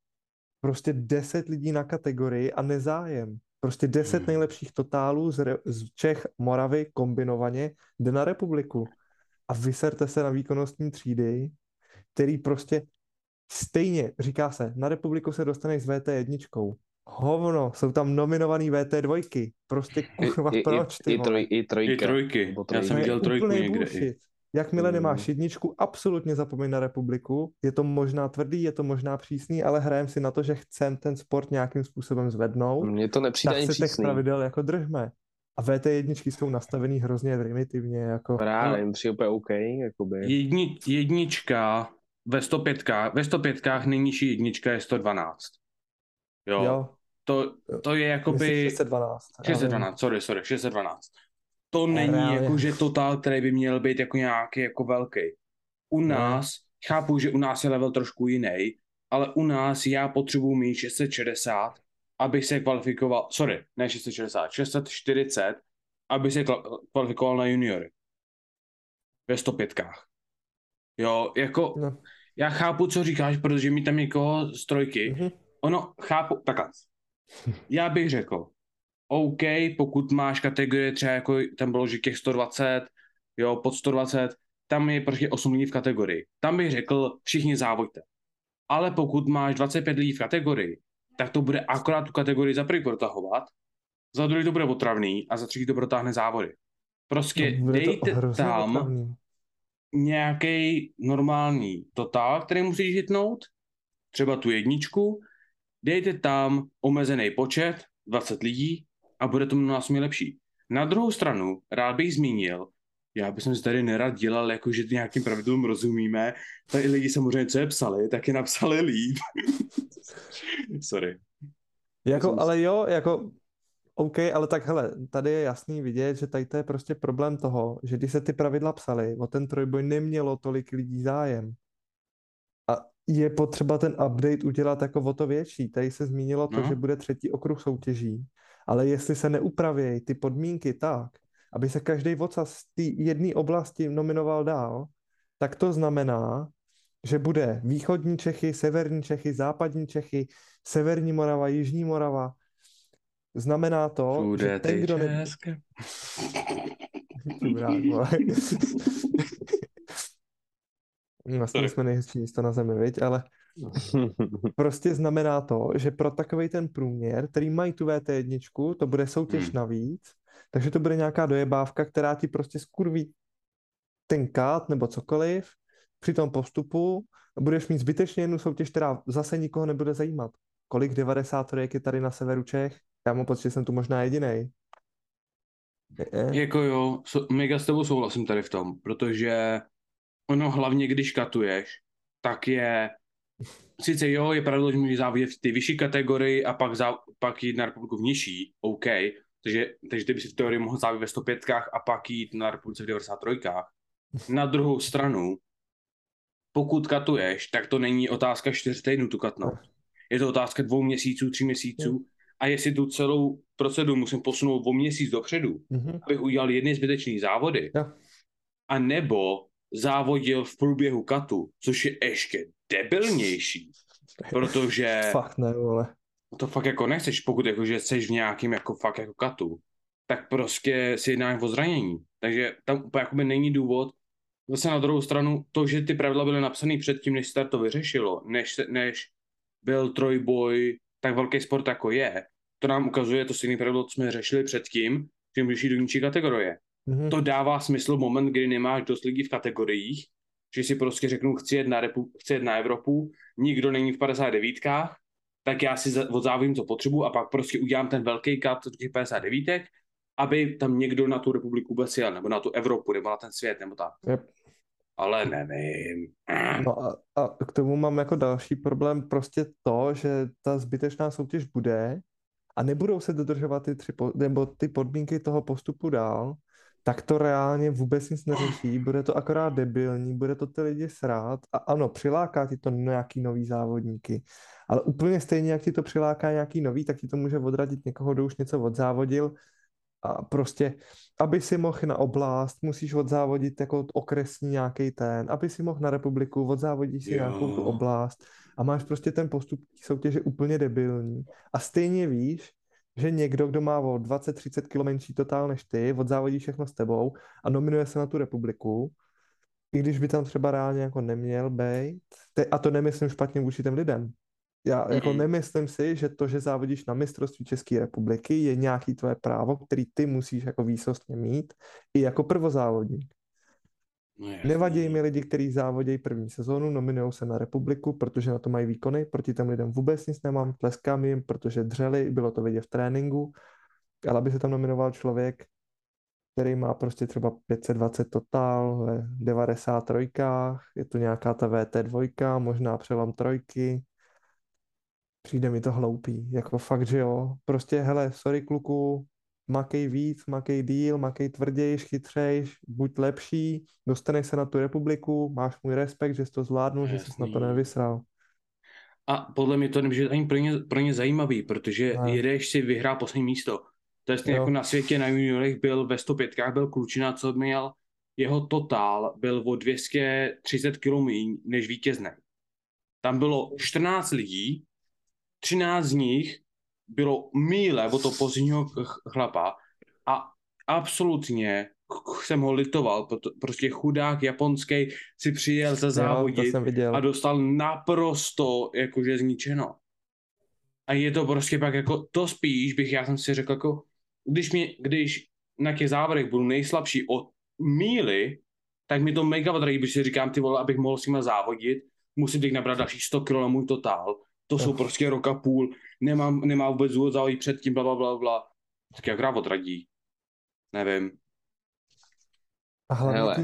prostě 10 lidí na kategorii a nezájem. Prostě 10 nejlepších totálů z Čech, Moravy kombinovaně jde na republiku. A vyserte se na výkonnostní třídy, který prostě stejně, říká se, na republiku se dostaneš s VT1, Hovno, jsou tam nominovaný VT2. Prostě kurva, proč, ty vole? I I trojka. trojky. Nebo Já jsem To je viděl trojku úplný někde i. bullshit. Jakmile nemáš jedničku, absolutně zapomeň na republiku. Je to možná tvrdý, je to možná přísný, ale hrajem si na to, že chcem ten sport nějakým způsobem zvednout. Mně to nepřijde Tak ani se těch přísný. pravidel jako držme. A VT1 jsou nastavený hrozně primitivně, jako... Právě, mi přijde úplně OK, jakoby. Jednička ve 105 nejnižší jednička je 112. Jo. To je jakoby... Myslím 612. 612, sorry, 612. To není Reálně. jako, že totál, který by měl být jako nějaký jako velký. U nás, chápu, že u nás je level trošku jiný, ale u nás já potřebuji mít 660, abych se kvalifikoval, ne 660, 640, aby se kvalifikoval na juniory. Ve 105. Jo, jako, No. já chápu, co říkáš, protože mi tam někoho z trojky, ono, chápu, takhle. Já bych řekl, OK, pokud máš kategorie třeba jako tam bylo, že těch 120, jo, pod 120, tam je prostě 8 lidí v kategorii. Tam bych řekl, všichni závoďte. Ale pokud máš 25 lidí v kategorii, tak to bude akorát tu kategorii za první protahovat, za druhý to bude otravný a za třetí to protáhne závody. Prostě Bude to dejte hrozně tam otravný. nějaký normální totál, který musíš hitnout, třeba tu jedničku, dejte tam omezený počet, 20 lidí a bude to násobně lepší. Na druhou stranu, rád bych zmínil, já bych si tady nerad dělal, jako že nějakým pravidlům rozumíme, tady lidi samozřejmě, co je psali, tak je napsali líp. Sorry. Jako, ale jo, jako OK, ale tak hele, tady je jasný vidět, že tady to je prostě problém toho, že když se ty pravidla psaly, o ten trojboj nemělo tolik lidí zájem. A je potřeba ten update udělat jako o to větší. Tady se zmínilo to, že bude třetí okruh soutěží, ale jestli se neupravějí ty podmínky tak, aby se každý vocas z té jedné oblasti nominoval dál, tak to znamená, že bude východní Čechy, severní Čechy, západní Čechy, severní Morava, jižní Morava. Znamená to, že ten, kdo ne... Vlastně jsme nejhezčí místo na zemi, viď? Ale prostě znamená to, že pro takovej ten průměr, který mají tu VT1, to bude soutěž navíc, takže to bude nějaká dojebávka, která ti prostě skurví ten cut nebo cokoliv při tom postupu, budeš mít zbytečně jednu soutěž, která zase nikoho nebude zajímat. Kolik 90 je tady na severu Čech? Já mám pocit, že jsem tu možná jedinej. Jako jo, mega s tebou souhlasím tady v tom, protože ono hlavně, když katuješ, tak je, sice jo, je pravidlo, že můžeš závodit v ty vyšší kategorii a pak jít na republiku v nižší, OK, takže ty by si v teorii mohl závodit ve 105 a pak jít na republice v 93. Na druhou stranu, pokud katuješ, tak to není otázka 4 týdnů tu katnout. Je to otázka 2 měsíců, 3 měsíců a jestli tu celou proceduru musím posunout o měsíc dopředu, abych udělal jedny zbytečný závody, a nebo závodil v průběhu katu, což je ještě debilnější, protože fakt ne, vole. To fakt jako nechceš, pokud jakože jsi v nějakým jako fakt jako katu, tak prostě si jednáš o zranění. Takže tam úplně jakoby není důvod. Zase na druhou stranu, to, že ty pravidla byly napsané předtím, než se to vyřešilo, než byl trojboj tak velký sport, jako je, to nám ukazuje to stejné pravidlo, co jsme řešili předtím, že můžeš jít do nižší kategorie. To dává smysl v moment, kdy nemáš dost lidí v kategoriích, že si prostě řeknu, chci jet na Evropu, nikdo není v 59, tak já si odzávím, co potřebuji a pak prostě udělám ten velký cut do těch 59, aby tam někdo na tu republiku vůbec jel, nebo na tu Evropu, nebo na ten svět, nebo tak. Yep. Ale nevím. No a k tomu mám jako další problém prostě to, že ta zbytečná soutěž bude a nebudou se dodržovat ty podmínky toho postupu dál, tak to reálně vůbec nic neřeší, bude to akorát debilní, bude to ty lidi srát a ano, přiláká ti to nějaký nový závodníky, ale úplně stejně, jak ti to přiláká nějaký nový, tak ti to může odradit někoho, kdo už něco odzávodil a prostě, aby si mohl na oblast, musíš odzávodit jako okresní nějaký aby si mohl na republiku, odzávodíš si nějakou tu oblast a máš prostě ten postup soutěže úplně debilní a stejně víš, že někdo, kdo má o 20-30 km menší totál než ty, odzávodí všechno s tebou a nominuje se na tu republiku, i když by tam třeba reálně jako neměl být. A to nemyslím špatně vůči těm lidem. Já jako nemyslím si, že to, že závodíš na mistrovství České republiky, je nějaký tvoje právo, který ty musíš jako výsostně mít i jako prvozávodník. No Nevadí mi lidi, kteří závodí první sezónu, nominují se na republiku, protože na to mají výkony, proti těm lidem vůbec nic nemám, tleskám jim, protože dřeli, bylo to vidět v tréninku, ale aby se tam nominoval člověk, který má prostě třeba 520 totál ve 93, je to nějaká ta VT2, možná přelom trojky, přijde mi to hloupý, jako fakt, že jo, prostě hele, sorry kluku, makej víc, makej díl, makej tvrdějš, chytřejš, buď lepší, dostaneš se na tu republiku, máš můj respekt, že jsi to zvládnul, že jsi na to nevysral. A podle mě to nemůže ani pro ně zajímavý, protože jedeš si vyhrál poslední místo. To je jako na světě na juniorech byl ve 105 byl klučina, co měl, jeho totál byl o 230 km než vítězný. Tam bylo 14 lidí, 13 z nich bylo míle od toho pozdního chlapa a absolutně jsem ho litoval, prostě chudák japonský si přijel zazávodit a dostal naprosto jakože zničeno. A je to prostě pak jako to spíš bych, já jsem si řekl jako, když na těch závodech budu nejslabší o míli, tak mi to mega vadí, když si říkám, ty vole, abych mohl s nima závodit, musím teď nabrat další 100 kg na můj totál. To jsou prostě rok a půl, nemám vůbec důvod závodit předtím, blablabla. Tak jak hra odradí? Nevím. A hlavně hele,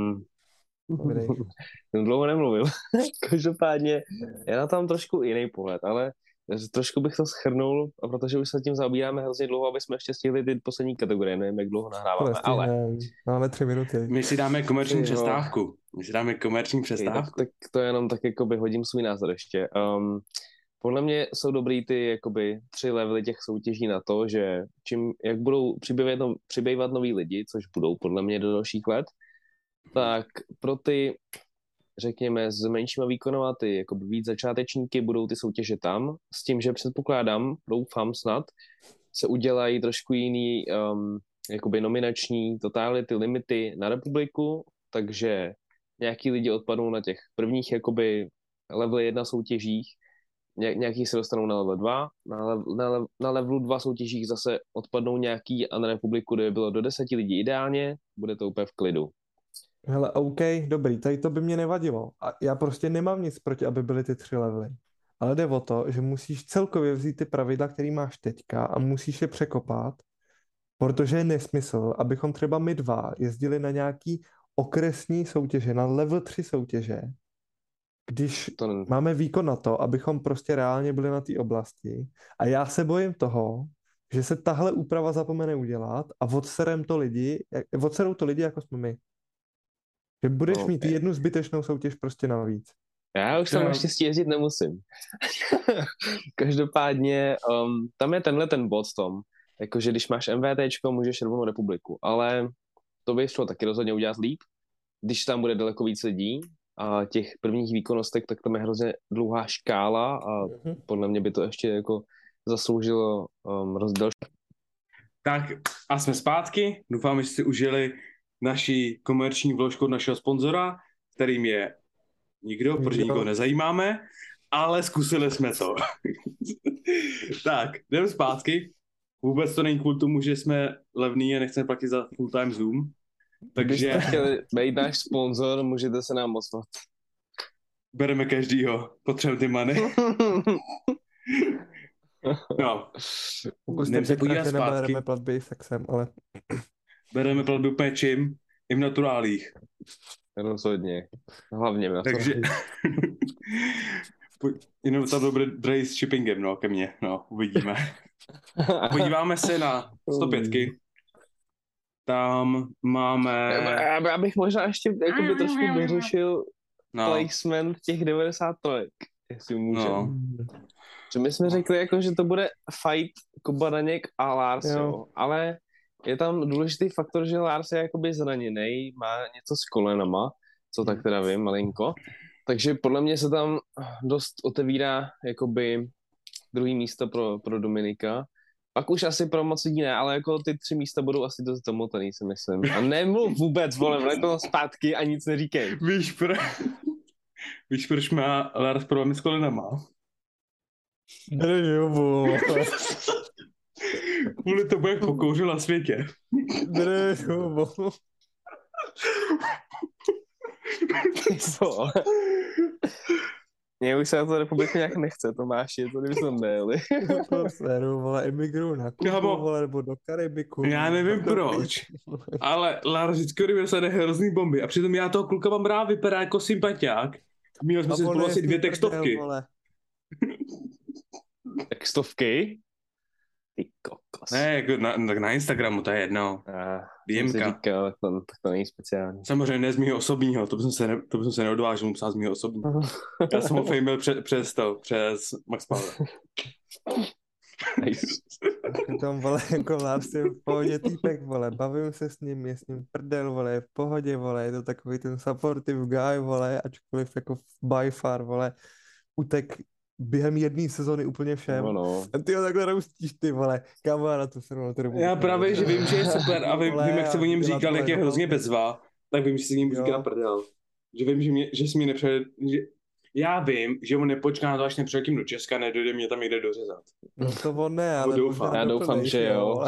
jsem dlouho nemluvil. Každopádně já na tam trošku jiný pohled, ale trošku bych to shrnul, protože už se tím zaobíráme hrozně dlouho, aby jsme ještě stihli ty poslední kategorie, nevím, jak dlouho nahráváme, ale... Máme 3 minuty. My si dáme komerční přestávku. Tak to jenom tak jakoby hodím svůj názor ještě. Podle mě jsou dobrý ty jakoby 3 levely těch soutěží na to, že jak budou přibývat noví lidi, což budou podle mě do dalších let, tak pro ty, řekněme, s menšíma výkonama, ty jakoby víc začátečníky, budou ty soutěže tam, s tím, že předpokládám, doufám snad, se udělají trošku jiný jakoby nominační totality, limity na republiku, takže nějaký lidi odpadnou na těch prvních jakoby level 1 soutěžích, nějaký se dostanou na level 2, na levelu 2 soutěžích zase odpadnou nějaký a na republiku, kde by bylo do 10 lidí ideálně, bude to úplně v klidu. Hele, OK, dobrý, tady to by mě nevadilo. A já prostě nemám nic proti, aby byly ty 3 levely. Ale jde o to, že musíš celkově vzít ty pravidla, které máš teďka a musíš je překopat, protože je nesmysl, abychom třeba my dva jezdili na nějaký okresní soutěže, na level 3 soutěže, když máme výkon na to, abychom prostě reálně byli na té oblasti. A já se bojím toho, že se tahle úprava zapomene udělat a odserou to lidi, jako jsme my. Že budeš mít jednu zbytečnou soutěž prostě navíc. Já už tam naštěstí jezdit nemusím. Každopádně tam je ten bod v tom, jakože když máš MVTčko, můžeš rovnou republiku, ale to by šlo taky rozhodně udělat líp, když tam bude daleko víc lidí a těch prvních výkonnostech, tak tam je hrozně dlouhá škála a podle mě by to ještě jako zasloužilo další. Tak a jsme zpátky, doufám, že jste užili naši komerční vložku od našeho sponzora, kterým je nikdo, protože nikoho nezajímáme, ale zkusili jsme to. Tak, jdeme zpátky. Vůbec to není kvůli tomu, že jsme levný a nechceme platit za full-time Zoom. Takže... Kdybyste chtěli být náš sponzor, můžete se nám ozvat. Bereme každýho, potřebujeme ty money. No. Jdeme se podívat zpátky. Nebereme platby sexem, ale... Bereme platby úplně čím? I v naturálích. Rozhodně. Hlavně v naturálích. Takže... Jenom tam dobrý s shippingem, no, ke mně. No, uvidíme. Podíváme se na 105. Tam máme... Já bych možná ještě jakoby trošku dořešil placement těch 93, jestli můžeme. No. Že my jsme řekli, jako, že to bude fight Kubananěk a Lars, jo. Ale je tam důležitý faktor, že Lars je jakoby zraněný, má něco s kolenama, co tak teda vím, malinko. Takže podle mě se tam dost otevírá jakoby druhý místo pro Dominika. Pak už asi pro moc lidí ne, ale jako ty 3 místa budou asi dost zamotaný, si myslím. A nemluv vůbec, vole, vlej to zpátky a nic neříkej. Víš, proč má Lars problémy s kolenama? Drž hubu, vole. Kvůli tomu, jak pokouřil na světě. Drž hubu. Vole. Mně už se na to republiku nějak nechce, Tomáši, to kdybychom nejeli. To seru, vole, emigruju na Kubu, Kámo, vole, nebo do Karibiku. já nevím proč, ale Lara vždycky ode mě dostane hrozný bomby a přitom já toho kluka mám rád, vypadá jako sympatiák. Měl jsme si spolu asi 2 textovky. Textovky? Ty kokos. Ne, jako tak na Instagramu, to je jedno. Jsem si DMka. říkal, tak to není speciální. Samozřejmě ne z mýho osobního, to bych se neodvážil mu psát z mýho osobního. Já jsem ho fejmil přes Max Power. Nice. Přitom, vole, jako Lars je v pohodě týpek, vole, bavím se s ním, je s ním prdel, vole, je v pohodě, vole, je to takový ten supportive guy, vole, ačkoliv jako by far, vole, utek během jedné sezony úplně všem. No. A ty ho takhle roustíš, ty vole, kámo, já na to se na to dobu. Já právě, že vím, že je super a vím, jak se o něm říkal, jak je hrozně bezva, tak vím, že se ním říká prdel. Že vím, že jsi mi nepřed... Já vím, že on nepočká na to, až nepřiletím do Česka, nedojde mě tam někde dořezat. No to on ne, ale doufám. Já doufám, že jo.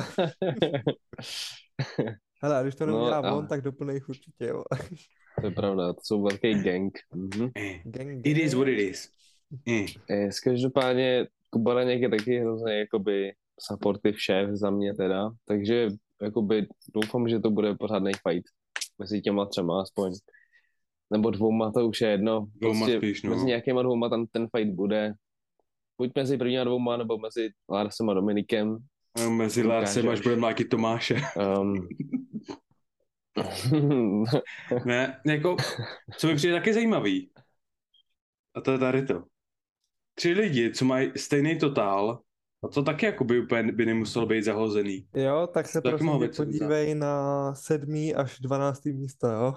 Hele, a když to neudělá No, on, tak doplnej určitě, jo. To je pravda, to jsou velký gang. Gang. It is what it is. Každopádně Kubaraněk je taky hrozně jakoby supportive šéf za mě teda, takže jakoby doufám, že to bude pořádný fight mezi těma třema aspoň. Nebo dvouma, to už je jedno. Dvouma spíš, no. Mezi nějakýma dvouma tam ten fight bude. Buď mezi prvníma dvouma, nebo mezi Larsem a Dominikem. Mezi Larsem, až bude mlátit Tomáše. Ne, jako, co mi přijde taky zajímavý, a to je tady to. 3 lidi, co mají stejný totál, a to taky jakoby úplně by nemuselo být zahozený. Jo, tak se To taky mohlo prosím být podívej na 7. až 12. místo, jo.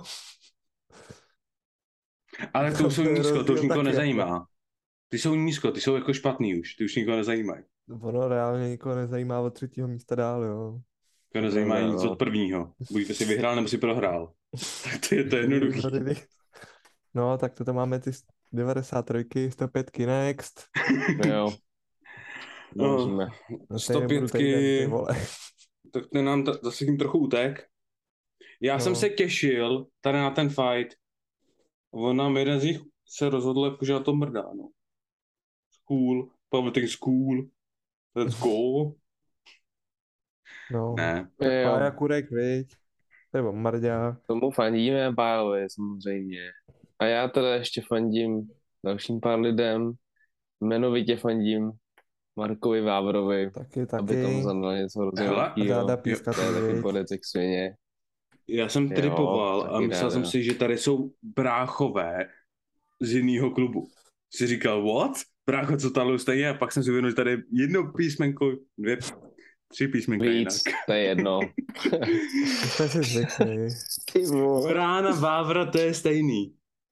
Ale to už jsou To je nízko, to už rozdíl nikoho taky nezajímá. Ty jsou nízko, ty jsou jako špatný už, ty už nikoho nezajímají. Ono reálně nikoho nezajímá od 3. místa dál, jo. Nikoho nezajímá No, nic no. od prvního. Buď si vyhrál, nebo si prohrál. Tak to je jednoduchý. No, tak to tam máme ty 93, 105 next. Jo. No, Můžeme. 105, tak ten nám zase tím trochu utek. Já jsem se těšil tady na ten fight. On nám jeden z nich se rozhodl, jako, že na to mrdá, no. Cool, Powerlifting school. Let's go. No. Ne. Pája Kurek, viď? Nebo Marďák. Tomu fandíme Pájovi, samozřejmě. A já teda ještě fandím dalším pár lidem. Jmenovitě fandím Markovi Vávrovi. Taky. Aby tomu zadal něco hrozně velkýho. Ráda pískat, To je taky bodec jak svině. Já jsem tripoval a myslel jsem si, že tady jsou bráchové z jiného klubu. Jsi říkal, what? Brácho, co tady stejně? A pak jsem si uvědomil, že tady je 1 písmenko, 2, 3 písmenka jinak. Víc, to je jedno. Jsme si zvykli. Rána Vávra, to je stejný.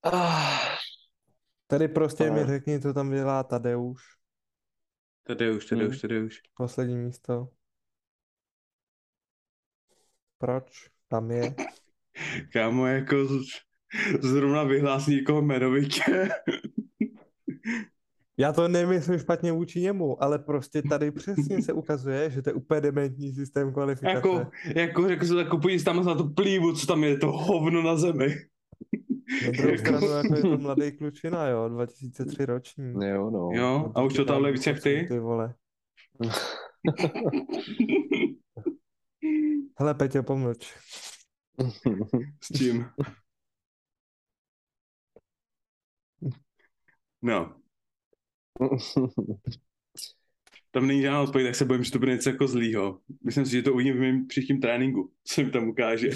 Tady prostě mi řekni, co tam dělá Tadeuš. Tadeuš. Poslední místo. Proč? Tam je. Kámo, jako zrovna vyhlásí někoho jmenovitě. Já to nemyslím špatně vůči němu, ale prostě tady přesně se ukazuje, že to je úplně dementní systém kvalifikace. Jako řekl jsem, tak podívej tam na tu plívu, co tam je, to hovno na zemi. Na druhou stranu, jako je to mladý klučina, jo, 2003 roční. Jo, no. Jo, a už to tam víc jak ty? Ty vole. Hele, Peťo, pomlč. S čím? No. Tam není žádná odpověď, tak se bojím, že to bude něco jako zlýho. Myslím si, že to uvidím v mém příštím tréninku, co mi tam ukáže.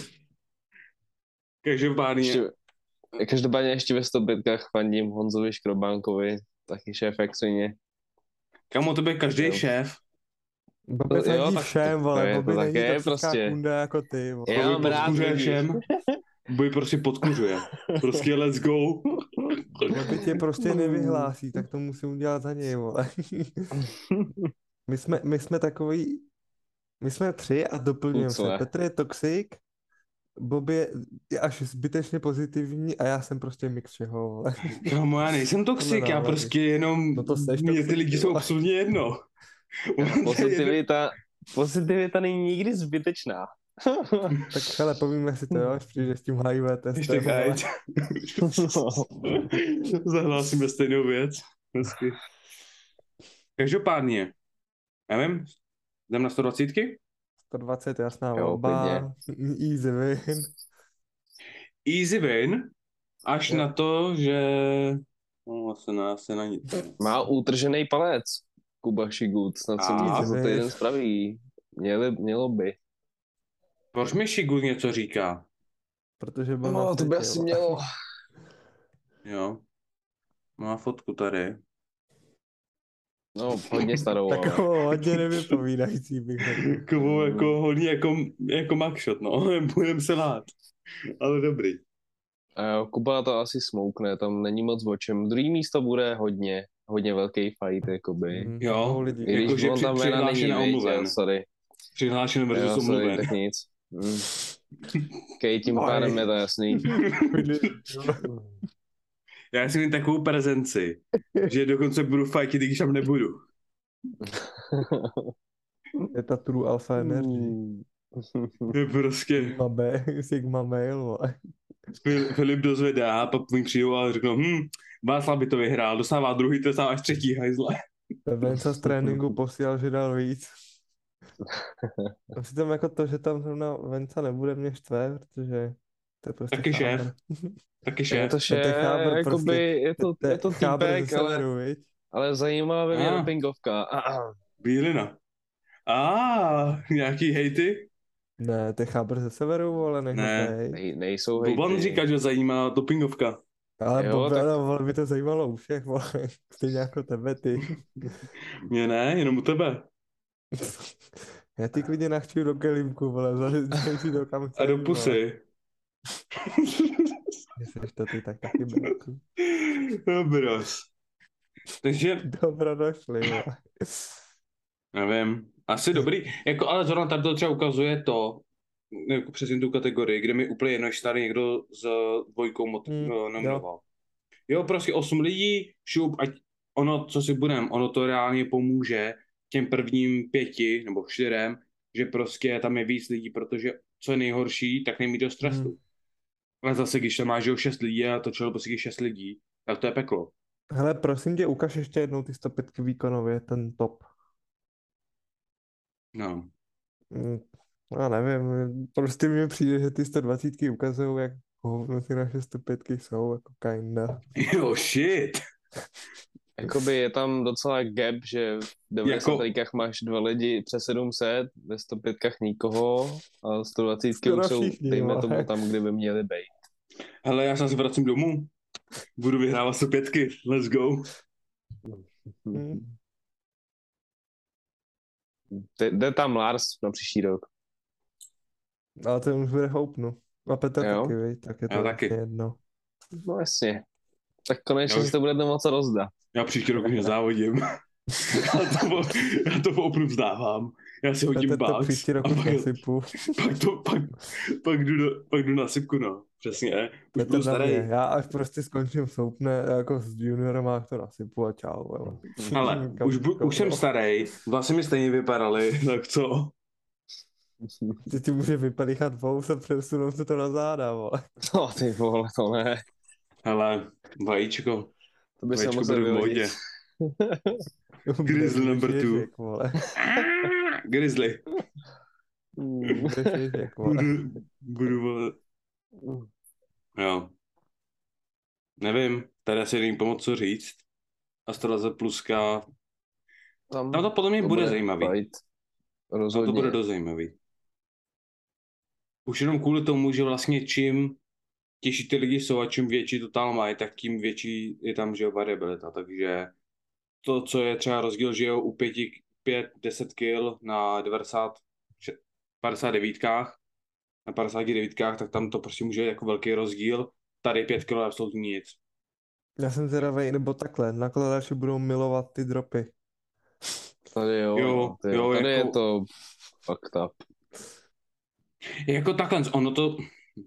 Každopádně ještě ve 105 fandím Honzovi Škrobánkovi, taky šéf Exoně. Kamo, to bude každý šéf. Bobby fandí všem, vole, Bobby není toxická prostě kunda jako ty, vole. Já mám rád všem. Bobby prostě podkuřuje. Prostě let's go. Bobby tě prostě nevyhlásí, tak to musím udělat za něj, vole. My jsme takový, my jsme 3 a doplňujeme se. Petr je toxik, Bob je až zbytečně pozitivní a já jsem prostě mix všeho, vole. Kámo, já nejsem toxik, já nálady. prostě jenom, No to seš mě ty toxic, lidi ty jsou vole. absolutně jedno. Pozitivita není nikdy zbytečná. Tak hele, povíme si to, jo, až přijdeš s tím HIV testem, Hashtag vole. AIDS. Zahlásíme stejnou věc. Hezky. Každopádně, já vím, jdem na 120. 120, jasná Jo, volba, easy win. Easy win, až Jo. na to, že... No, asi na nic. Má utržený palec. Kuba Šigut, snad se mu A? to za týden spraví. Mělo by. Proč mi Shigut něco říká? Protože byl na No, to by světě, asi vole. mělo. Jo. Má fotku tady. No, hodně starou, ale. Takovou hodně nevypovídající bych řekl. Takovou jako hodně jako mugshot, no. Budem se lát. Ale dobrý. A jo, Kuba to asi smoukne, tam není moc o čem. Druhý místo bude hodně velký fight, jakoby. Jo, Dvou lidí. I když Jakože on tam jména není, přihlášen a viď, omluven. jo, sorry. Přihlášen versus Jo, sorry, omluven. tak nic. Tím pádem je to jasný. Já si mít takovou prezenci, že dokonce budu fightit, i když tam nebudu. Je ta true alpha energy. To je prostě Sigma B, Sigma male, vole. Filip dozvedá, pak mi přijdou a řeknou, Václav by to vyhrál, dostává druhý, to dostáváš třetí, hajzle. Venca z tréninku posílal, že dal víc. Přitom jako to, že tam zrovna Venca nebude, mě štve, protože to je prostě Taky šéf. chábr. Taky Je šéf. to šéf, chábr jakoby, prostě. je to chábr ze týpek, ale, severu, viď? ale zajímavá mě Ah. dopingovka. Bílina. Nějaký hejty? Ne, to je chábr ze severu, vole, Ne. Nejsou Boban hejty. říká, že zajímá dopingovka. Ale Jo, Bobe, tak- vole, by to zajímalo u všech, vole. Stejně jako tebe, ty. Mě ne, jenom u tebe. Já ty klidně nachčuju do kelímku, vole, zalezím si to kam A chceš, do vole. pusy. Jestli to ty, tak taky bratku. Dobros. Takže, Dobro došli, vole. nevím, asi dobrý. Jako, ale zrovna tady to třeba ukazuje to, jako přesně tu kategorii, kde mi úplně jedno, jestli tady někdo s dvojkou nominoval. Jo, prostě 8 lidí, šup, ať ono, co si budem, ono to reálně pomůže těm prvním 5 nebo 4, že prostě tam je víc lidí, protože co je nejhorší, tak nemít dost stresu. Ale zase, když tam máš 6 lidí a točilo prostě 6 lidí, tak to je peklo. Hele, prosím tě, ukaž ještě jednou ty 105 výkonově, ten top. No. Já nevím, prostě mi přijde, že ty 120 ukazují, jak hovno ty naše 105 jsou, jako kinda. Jo, shit. Jakoby je tam docela gap, že v 90 Jako- máš 2 lidi přes 700, ve 105 nikoho a 120 Skoro už jsou, všichni, dejme vole. tomu tam, kde by měli být. Hele, já se asi vracím domů. Budu vyhrávat 105. Let's go. Hm. Jde tam Lars na příští rok. Ale ten už bude houpnu. A Petr Jo. taky, viď? Tak je to Já taky. vlastně jedno. No jasně. Tak konečně Já už- si to budete moc rozdat. Já příští rok už nezávodím. já to opravdu vzdávám. Já si hodím Petr to box příští rok a už pak, nasypu. pak jdu na sypku, no. Přesně. Už Petr budu na starý. mě. Já až prostě skončím soupne, jako s juniorem, jak to nasypu a čau. vole. Ale Kam- už jsem starý, vlastně mi stejně vypadaly, tak co? Ty ti může vypalichat vous a přesunout se to na záda, vole. No ty vole, to ne. Hele, vajíčko. To by se Vajíčko musel bude v modě. vyhodit. Grizzly number 2. Ježek, vole. Grizzly. Budeš ježek, vole. Budu, vole. Jo. Nevím, tady asi nevím pomoct, co říct. Astralaze pluska. Tam to podle mě bude zajímavý. Fight. Tam Rozhodně. to bude dost zajímavý. Už jenom kvůli tomu, že vlastně čím těžší ty lidi jsou a čím větší totál mají, tak tím větší je tam, že jo, variabilita. Takže to, co je třeba rozdíl, že jo, u 5-10 kg na 59, na 59, tak tam to prostě může jako velký rozdíl. Tady 5 kg je absolutně nic. Já jsem zvědavej, nebo takhle, nakladači budou milovat ty dropy. Tady jo, Jo, tady, jo, tady jako- je to fucked up. Jako takhle, ono to,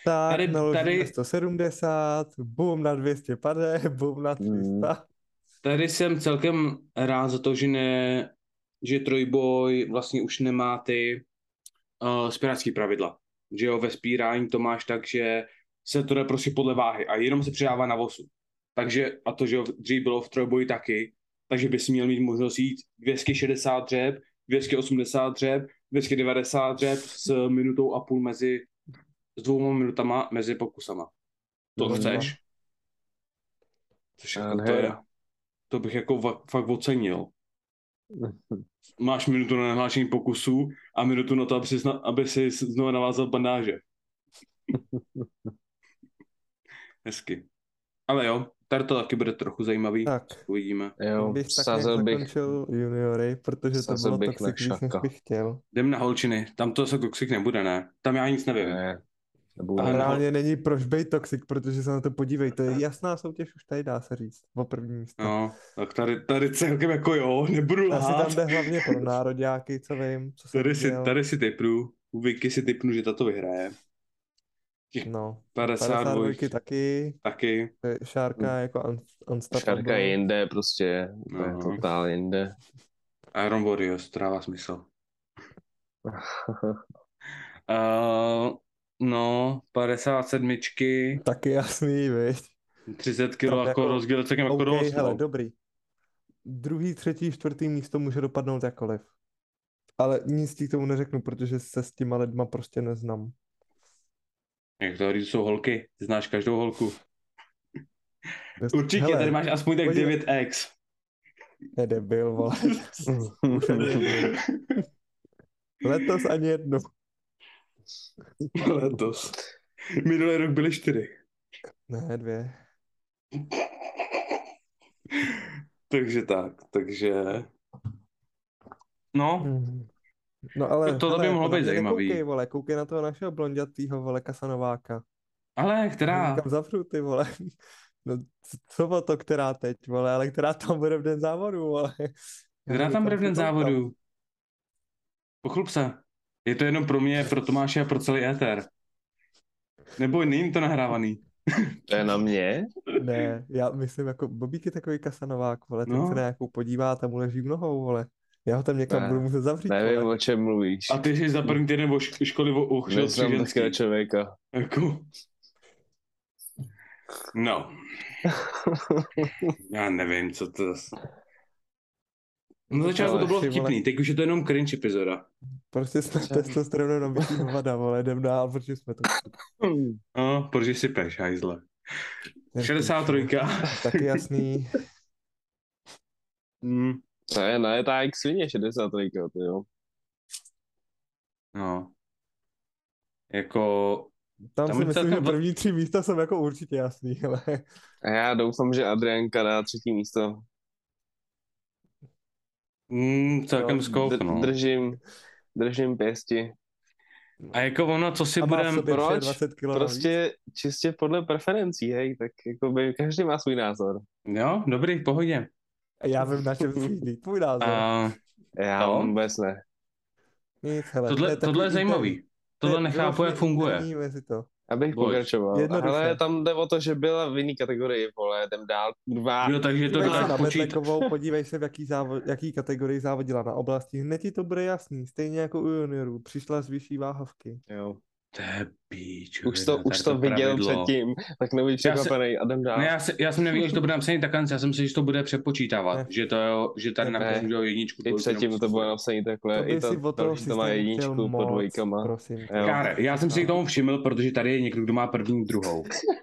Tak Tady- naložíme tady- 170, boom na 250, boom na 300. Tady jsem celkem rád za to, že Trojboj vlastně už nemá ty spirácký pravidla. Že jo, ve spírání to máš tak, že se to jde prostě podle váhy a jenom se přidává na vosu. Takže, a to, že jo, dřív bylo v Trojboji taky, takže bys měl mít možnost jít 260 dřep, 280 dřep, 290 dřep s minutou a půl s 2 minutama mezi pokusama. To No, chceš? Což jako Nádhera. to bych jako fakt ocenil. Máš minutu na nahlášení pokusů a minutu na to, aby si znovu navázal bandáže. Hezky. Ale jo, tady to taky bude trochu zajímavý. Tak. Uvidíme. Jo, Bych tak nějak sázel bych, zakončil juniory, protože to sázel bylo bych na toxic víc, než Šaka. bych chtěl. Jdem na holčiny. Tam to se toxic nebude, ne? Tam já nic nevím. Ne, nebude. Ale Reálně není proč být toxic, protože se na to podívej, to je jasná soutěž už tady, dá se říct, o první místo. No, tak tady celkem jako jo, nebudu Asi lhát. tam jde hlavně pro nároďáky, co vím, co jsem viděl. Tady si typnu. U Vicky si typnu, že tato vyhraje. No, 52 taky, taky. Šárka jako unstoppable. Šárka je jinde, prostě, to je No. totál jinde. Iron Warriors, to dává smysl. No, 57, Taky jasný, viď? 30 kg Tam jako jako- rozdíl celkem jako OK, dost. hele, No. dobrý. Druhý, třetí, čtvrtý místo může dopadnout jakkoliv. Ale nic ti k tomu neřeknu, protože se s těma lidma prostě neznám. Jak to říct, jsou holky, ty znáš každou holku. Určitě, Hele, tady máš aspoň tak podívej- 9x. je debil, vole. Už ani jednu. Letos ani jednu. Letos. Minulý rok byly 4. Ne, 2. Takže... No, No ale, To by hele, mohlo na být mě zajímavý. Nekoukej, vole, koukej na toho našeho blondětýho, vole, Kasanováka. ale která? Kam zavřu, ty vole. No, co o to, která teď, vole, ale která tam bude v den závodu, vole. Která tam bude v den závodu? Pochlup se. Je to jenom pro mě, pro Tomáše a pro celý éter. Nebo není to nahrávaný? To je na mě? Ne, já myslím, jako Bobík je takový Kasanovák, vole, ten No. se nějakou podívá, tam mu leží v nohou, vole. Já ho tam někam Ne, budu muset zavřít, Nevím, vole. o čem mluvíš. A ty jsi za první týden o školy uchyl Neznám ženský. takového člověka. Jako... No, já nevím, co to zase... Na začátku to bylo Ty vole. vtipný, teď už je to jenom cringe epizoda. Prostě jsme testosteronem nabitý hovada, vole, jdem dál, protože jsme to... No, protože si peš, hajzle. 63. Taky jasný. To je najetá jak svině, 63, to jo. No. Jako... Tam Tam si je myslím, celkem že první 3 místa jsou jako určitě jasný, ale... A já doufám, že Adrianka dá 3. místo. Celkem No, skok, no. Držím pěsti. A jako ono, co si A má v budem... sobě proč? 20 kilo navíc. Prostě čistě podle preferencí, hej, tak jako by každý má svůj názor. Jo, dobrý, v pohodě. A já vím, na čem sídlí. Tvůj názor. A Já No. vůbec ne. Nic, hele. to je takový tohle je i ten- zajímavý. to je Tohle nechápu, jak vyloženě funguje. interní mezi to. Abych Pojď. pokračoval. Jednoduše. Ale tam jde o to, že byla v jiný kategorii, vole, jdem dál, kurva. Jo, takže to Podívej se dokážu na počítat. Bedlekovou, podívej se, v jaký kategorii závodila na oblasti. Hned ti to bude jasný, stejně jako u juniorů. Přišla z vyšší váhovky. Jo. To je píč. Už to viděl předtím, tak nebuď překvapený a jdem dál. Ne, já jsem nevěděl, že to bude napsaný takhle, já jsem si, že to bude přepočítávat. Ne. že tady Ne. napíšu že jedničku. I dvojku, předtím nebo to bylo co. napsané takhle, To i by si to od toho další to má systému chtěl jedničku pod moc, dvojkama. prosím. Jo. Káre, já jsem si k tomu všiml, protože tady je někdo, kdo má první, druhou.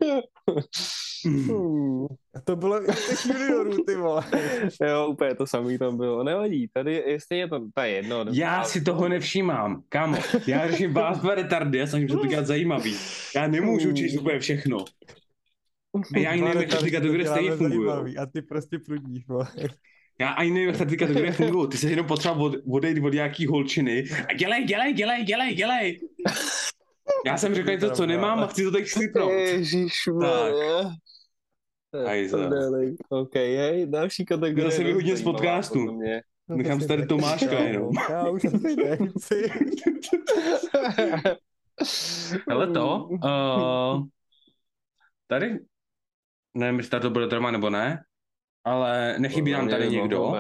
A to bylo i u těch juniorů, ty vole. Jo, úplně to samý tam bylo. Nevadí, tady je stejně to je jedno. Já si toho nevšímám, kámo. Já řeším vás retardy, já snažím se to dělat zajímavý. Já nemůžu číst úplně všechno. A já ani nevím, jak ty kategorie stejně fungují. A ty prostě prudíš, vole. Já ani nevím, jak ty kategorie fungují. Ty se jenom potřeba odejít od nějaký holčiny a dělej. Já jsem řekl něco, co nemám a chci to teď slipnout. Ježišmarja. Hajzle. OK, hej, další kategorie. Zase vyhodně z zajímavá, podcastu. podle mě. No, Nechám to si tady si Tomáška nechci, jenom. kámo. Já už asi nechci. Hele, Ale tady, nevím, jestli to bude drama nebo ne, ale nechybí nám tady někdo.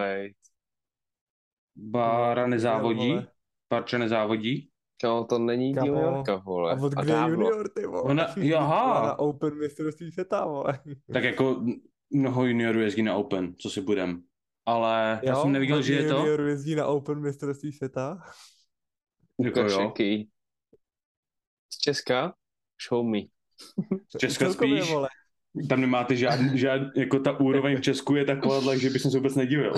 Bára nezávodí, Barča nezávodí. No, to není Kamo. juniorka, vole. A od kde je junior, ty vole? Ona, Byla jaha, na Open mistrovství světa, vole. tak jako mnoho juniorů jezdí na Open, co si budem. Ale já jsem neviděl, že je to. Juniorů jezdí na Open mistrovství světa. Jako jo. Ukačeký. Z Česka? Show me. Z Česka Celkově, spíš. vole. Tam nemáte žádný, jako ta úroveň v Česku je taková, že bych se vůbec nedivil.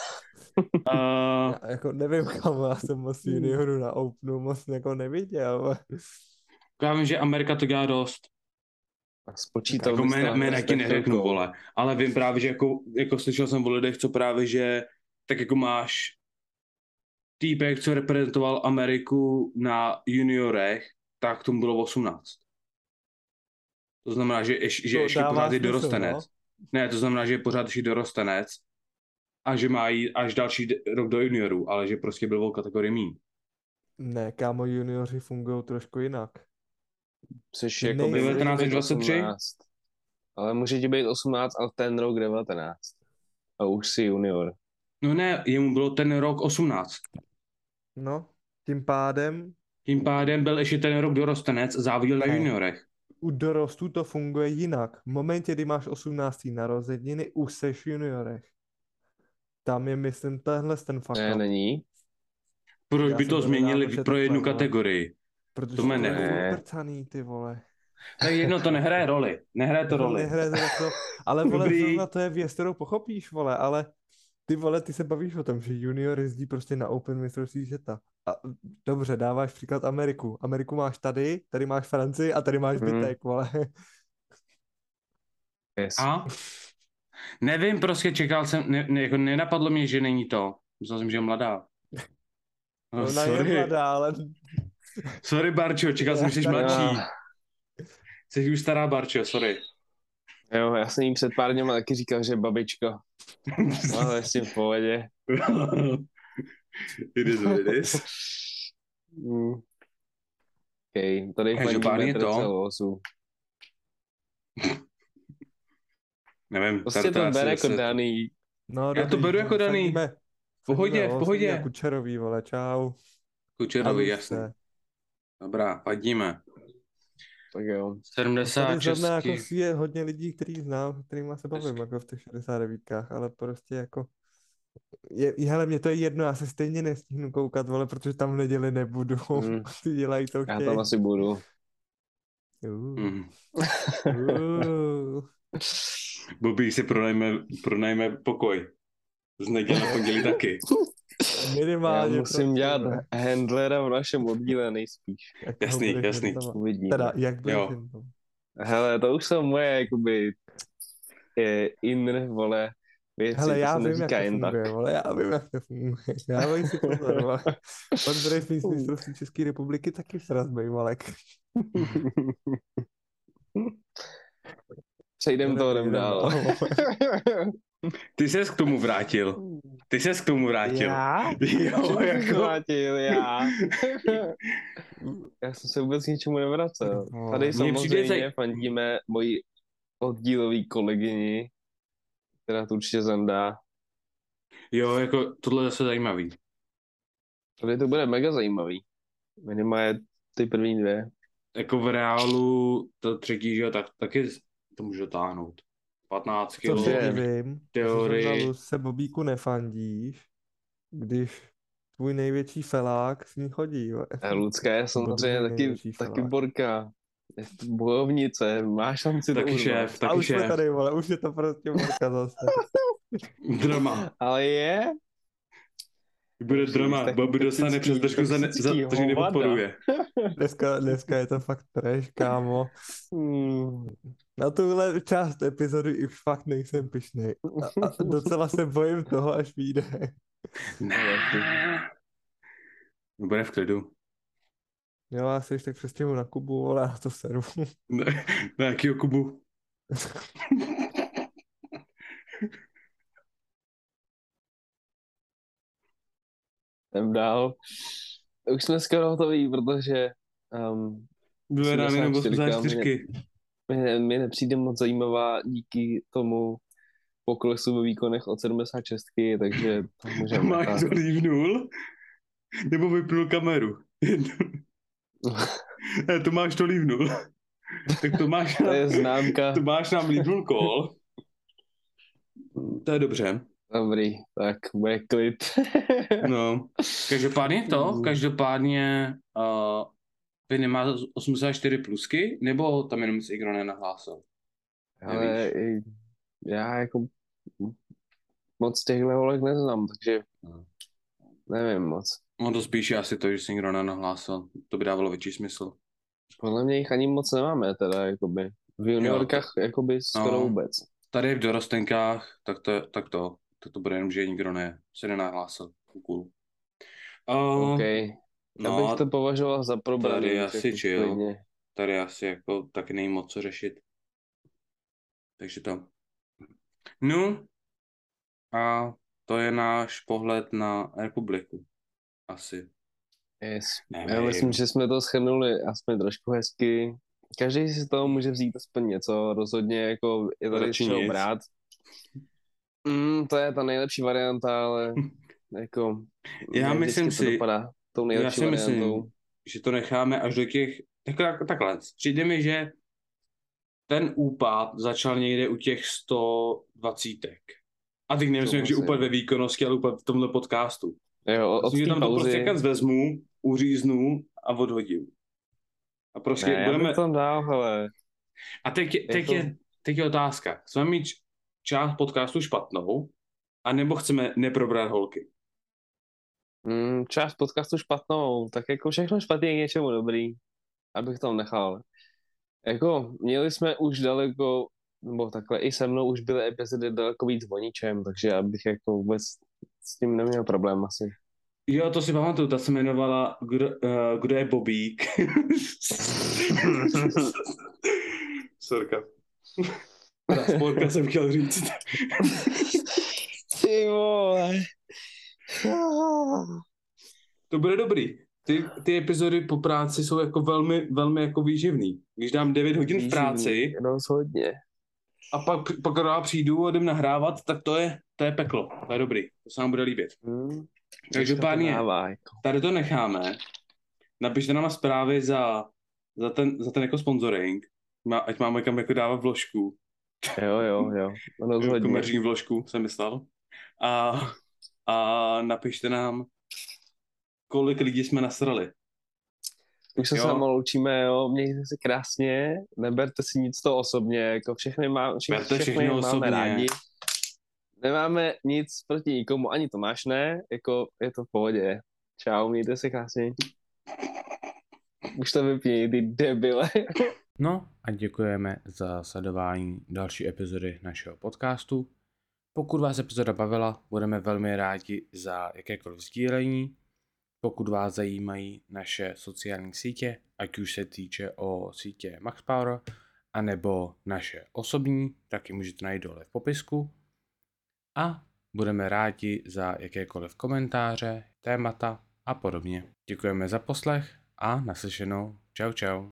Já jako nevím, kam já jsem moc juniorů na Openu moc jako neviděl. Já vím, že Amerika to dělá dost. A spočítal Jako bys to jména ti neřeknu, chvilkou. vole. Ale vím právě, že jako slyšel jsem o lidech, co právě, že tak jako máš týpek, co reprezentoval Ameriku na juniorech, tak tomu bylo 18. To znamená, že ještě pořád je dorostenec. No? Ne, to znamená, že je pořád ještě dorostenec a že má jít až další rok do juniorů, ale že prostě byl v kategorii míň. Ne, kámo, junioři fungují trošku jinak. Což jako by 19 až 23? 18. Ale může ti být 18 a ten rok 19. A už si junior. No ne, jemu bylo ten rok 18. No, tím pádem Tím pádem byl ještě ten rok dorostenec, závodil na Ne. juniorech. u dorostu to funguje jinak. V momentě, kdy máš 18. narozeniny, už seš v juniorech. Tam je, myslím, ten fuck Ne, up. není. Proč Já by jsem to to změnili nedávno pro četl, jednu vole. kategorii? Protože To mě to je neví. uprcaný, ty vole. Tak jedno, to nehraje roli. Nehraje to roli. Nehraje to, ale vole, Dobrý. zrovna to je věc, kterou pochopíš, vole, ale ty vole, ty se bavíš o tom, že junior jezdí prostě na Open mistrovství světa. A dobře, dáváš příklad Ameriku. Ameriku máš tady máš Francii a tady máš zbytek, vole. Yes. A? Nevím, prostě čekal jsem, jako nenapadlo mě, že není to. Myslel jsem, že je mladá. No, Ona je sorry. mladá, ale Sorry, Barčo, čekal jsem, že jsi Já mladší. Já, Jsi už stará, Barčo, sorry. jo, já jsem jí před pár dněma taky říkal, že babičko. Ale s tím v pohodě. It is what it is. OK, tady Každopádně fandíme to. Trecelósu. Nevím. Prostě to bere jako daný. no, Já to beru jako daný. fandíme V pohodě, v Olsenovi pohodě. a Kučerový, vole, čau. Kučerovi, A jasně. Lusce. Dobrá, padíme. Tak jo. 70 Tady zrovna jako českých. je hodně lidí, který znám, kterýma se bavím, jako v těch 69kách, ale prostě jako hele, mě to je jedno, já se stejně nestihnu koukat, vole, protože tam v neděli nebudu. Ty dělají to Já chtějí. tam asi budu. Mm. Uh. Bobby si pronajme pokoj. Z neděle na pondělí taky. Minimálně. Já musím dělat handlera v našem oddíle nejspíš. Jasný. Uvidíme. Teda, jak budeš Jo. jen to? Hele, to už jsou moje, jakoby, vole, věci, Hele, to já se vím, jak neříká to jen tak. funguje, vole, já vím, jak to funguje. Já vím si pozor, vole. Pak budeš mít mistrovství České republiky taky sraz, bejvalek. Přejdem to, jdem dál. Ty ses k tomu vrátil. Já? Jo, jako. Vrátil, já. Já jsem se vůbec ničemu nevracel. Tady Mně přijde samozřejmě fandíme moji oddílový kolegyni, která to určitě zandá. Jo, jako tohle je zase zajímavý. Tady to bude mega zajímavý. Minimálně ty první dvě. Jako v reálu to třetí, že jo, taky to může dotáhnout. 15 Co kilo. se divím, teorii. že zrovna se Bobíku nefandíš, když tvůj největší felák s ní chodí. Jo. Lucka je samozřejmě taky borka. Je to bojovnice, má šanci Taky to šéf, urvat. taky A už jsme šéf. tady, vole, už je to prostě borka zase. Drama. Ale je? Bude drama. Bobby dostane přes držku za to, že nepodporuje. Dneska je to fakt trash, kámo. Na tuhle část epizody už fakt nejsem pyšnej. A docela se bojím toho, až vyjde. Ne. Bude v klidu. Jo, já se ještě tak přestěhuji na Kubu, ale já to seru. Na jakýho Kubu? Jdem dál. Už jsme skoro hotoví, protože Byly nám jenom 84. 84. Mně nepřijde moc zajímavá díky tomu poklesu ve výkonech od 76, takže to můžeme Tomáš nechat. to lívnul? Nebo vypnul kameru? Ne, Tomáš to lívnul. Tak Tomáš, To je známka. Tomáš nám lívnul kol. To je dobře. Dobrý, tak bude klid. No, každopádně vy nemá 84 plusky, nebo tam jenom si nikdo nenahlásil? Ale já jako moc těchhle holek neznám, takže nevím moc. No to spíš je asi to, že si nikdo nenahlásil. To by dávalo větší smysl. Podle mě jich ani moc nemáme teda, jakoby. V juniorkách jakoby skoro vůbec. Tady v dorostenkách, tak to bude jenom, že nikdo se nenahlásil. Cool. OK. Já bych to považoval za problém. Tady asi jako chill. klidně. Tady asi jako taky není moc co řešit. Takže to. No a to je náš pohled na republiku. Asi. Yes. Nevím. Já myslím, že jsme to shrnuli aspoň trošku hezky. Každý si z toho může vzít aspoň něco. Rozhodně jako je tady z čeho brát. To je ta nejlepší varianta, ale jako já myslím to dopadá tou nejlepší variantou. Myslím, že to necháme až do těch takhle. Přijde mi, že ten úpad začal někde u těch 120. A teď nemyslím, že úpad ve výkonnosti, ale úpad v tomhle podcastu. Jo, od že tam pauzy. to prostě jak vezmu, uříznu a odhodím. A prostě ne, budeme... já bych tam dál, hele. A teď je otázka. Chceme mít část podcastu špatnou, anebo chceme neprobrat holky? Část podcastu špatnou, tak jako všechno špatně je k něčemu dobrý. Abych tam nechal. Jako měli jsme už daleko, nebo takhle i se mnou už byly epizody daleko víc o ničem, takže já bych jako vůbec s tím neměl problém asi. Jo, to si pamatuju, ta se jmenovala Kdo je Bobík? Sorka. Sporka jsem chtěl říct. Ty vole. To bude dobrý. Ty epizody po práci jsou jako velmi, velmi jako výživný. Když dám 9 hodin v práci rozhodně. a pak já přijdu a jdem nahrávat, tak to je peklo. To je dobrý. To se nám bude líbit. Takže pádně, tady to necháme. Napište nám zprávy za ten jako sponsoring. Ať máme kam jako dávat vložku. Jo. Rozhodně. Komerční vložku jsem myslel. A napište nám, kolik lidí jsme nasrali. Už se s vámi loučíme, jo, mějte se krásně, neberte si nic to osobně, jako všechny máme rádi. Nemáme nic proti nikomu, ani Tomáš ne, jako je to v pohodě. Čau, mějte se krásně. Už to vypni, ty debile. No a děkujeme za sledování další epizody našeho podcastu. Pokud vás epizoda bavila, budeme velmi rádi za jakékoliv sdílení. Pokud vás zajímají naše sociální sítě, ať už se týče o sítě MaxPower, anebo naše osobní, tak ji můžete najít dole v popisku. A budeme rádi za jakékoliv komentáře, témata a podobně. Děkujeme za poslech a naslyšenou. Čau.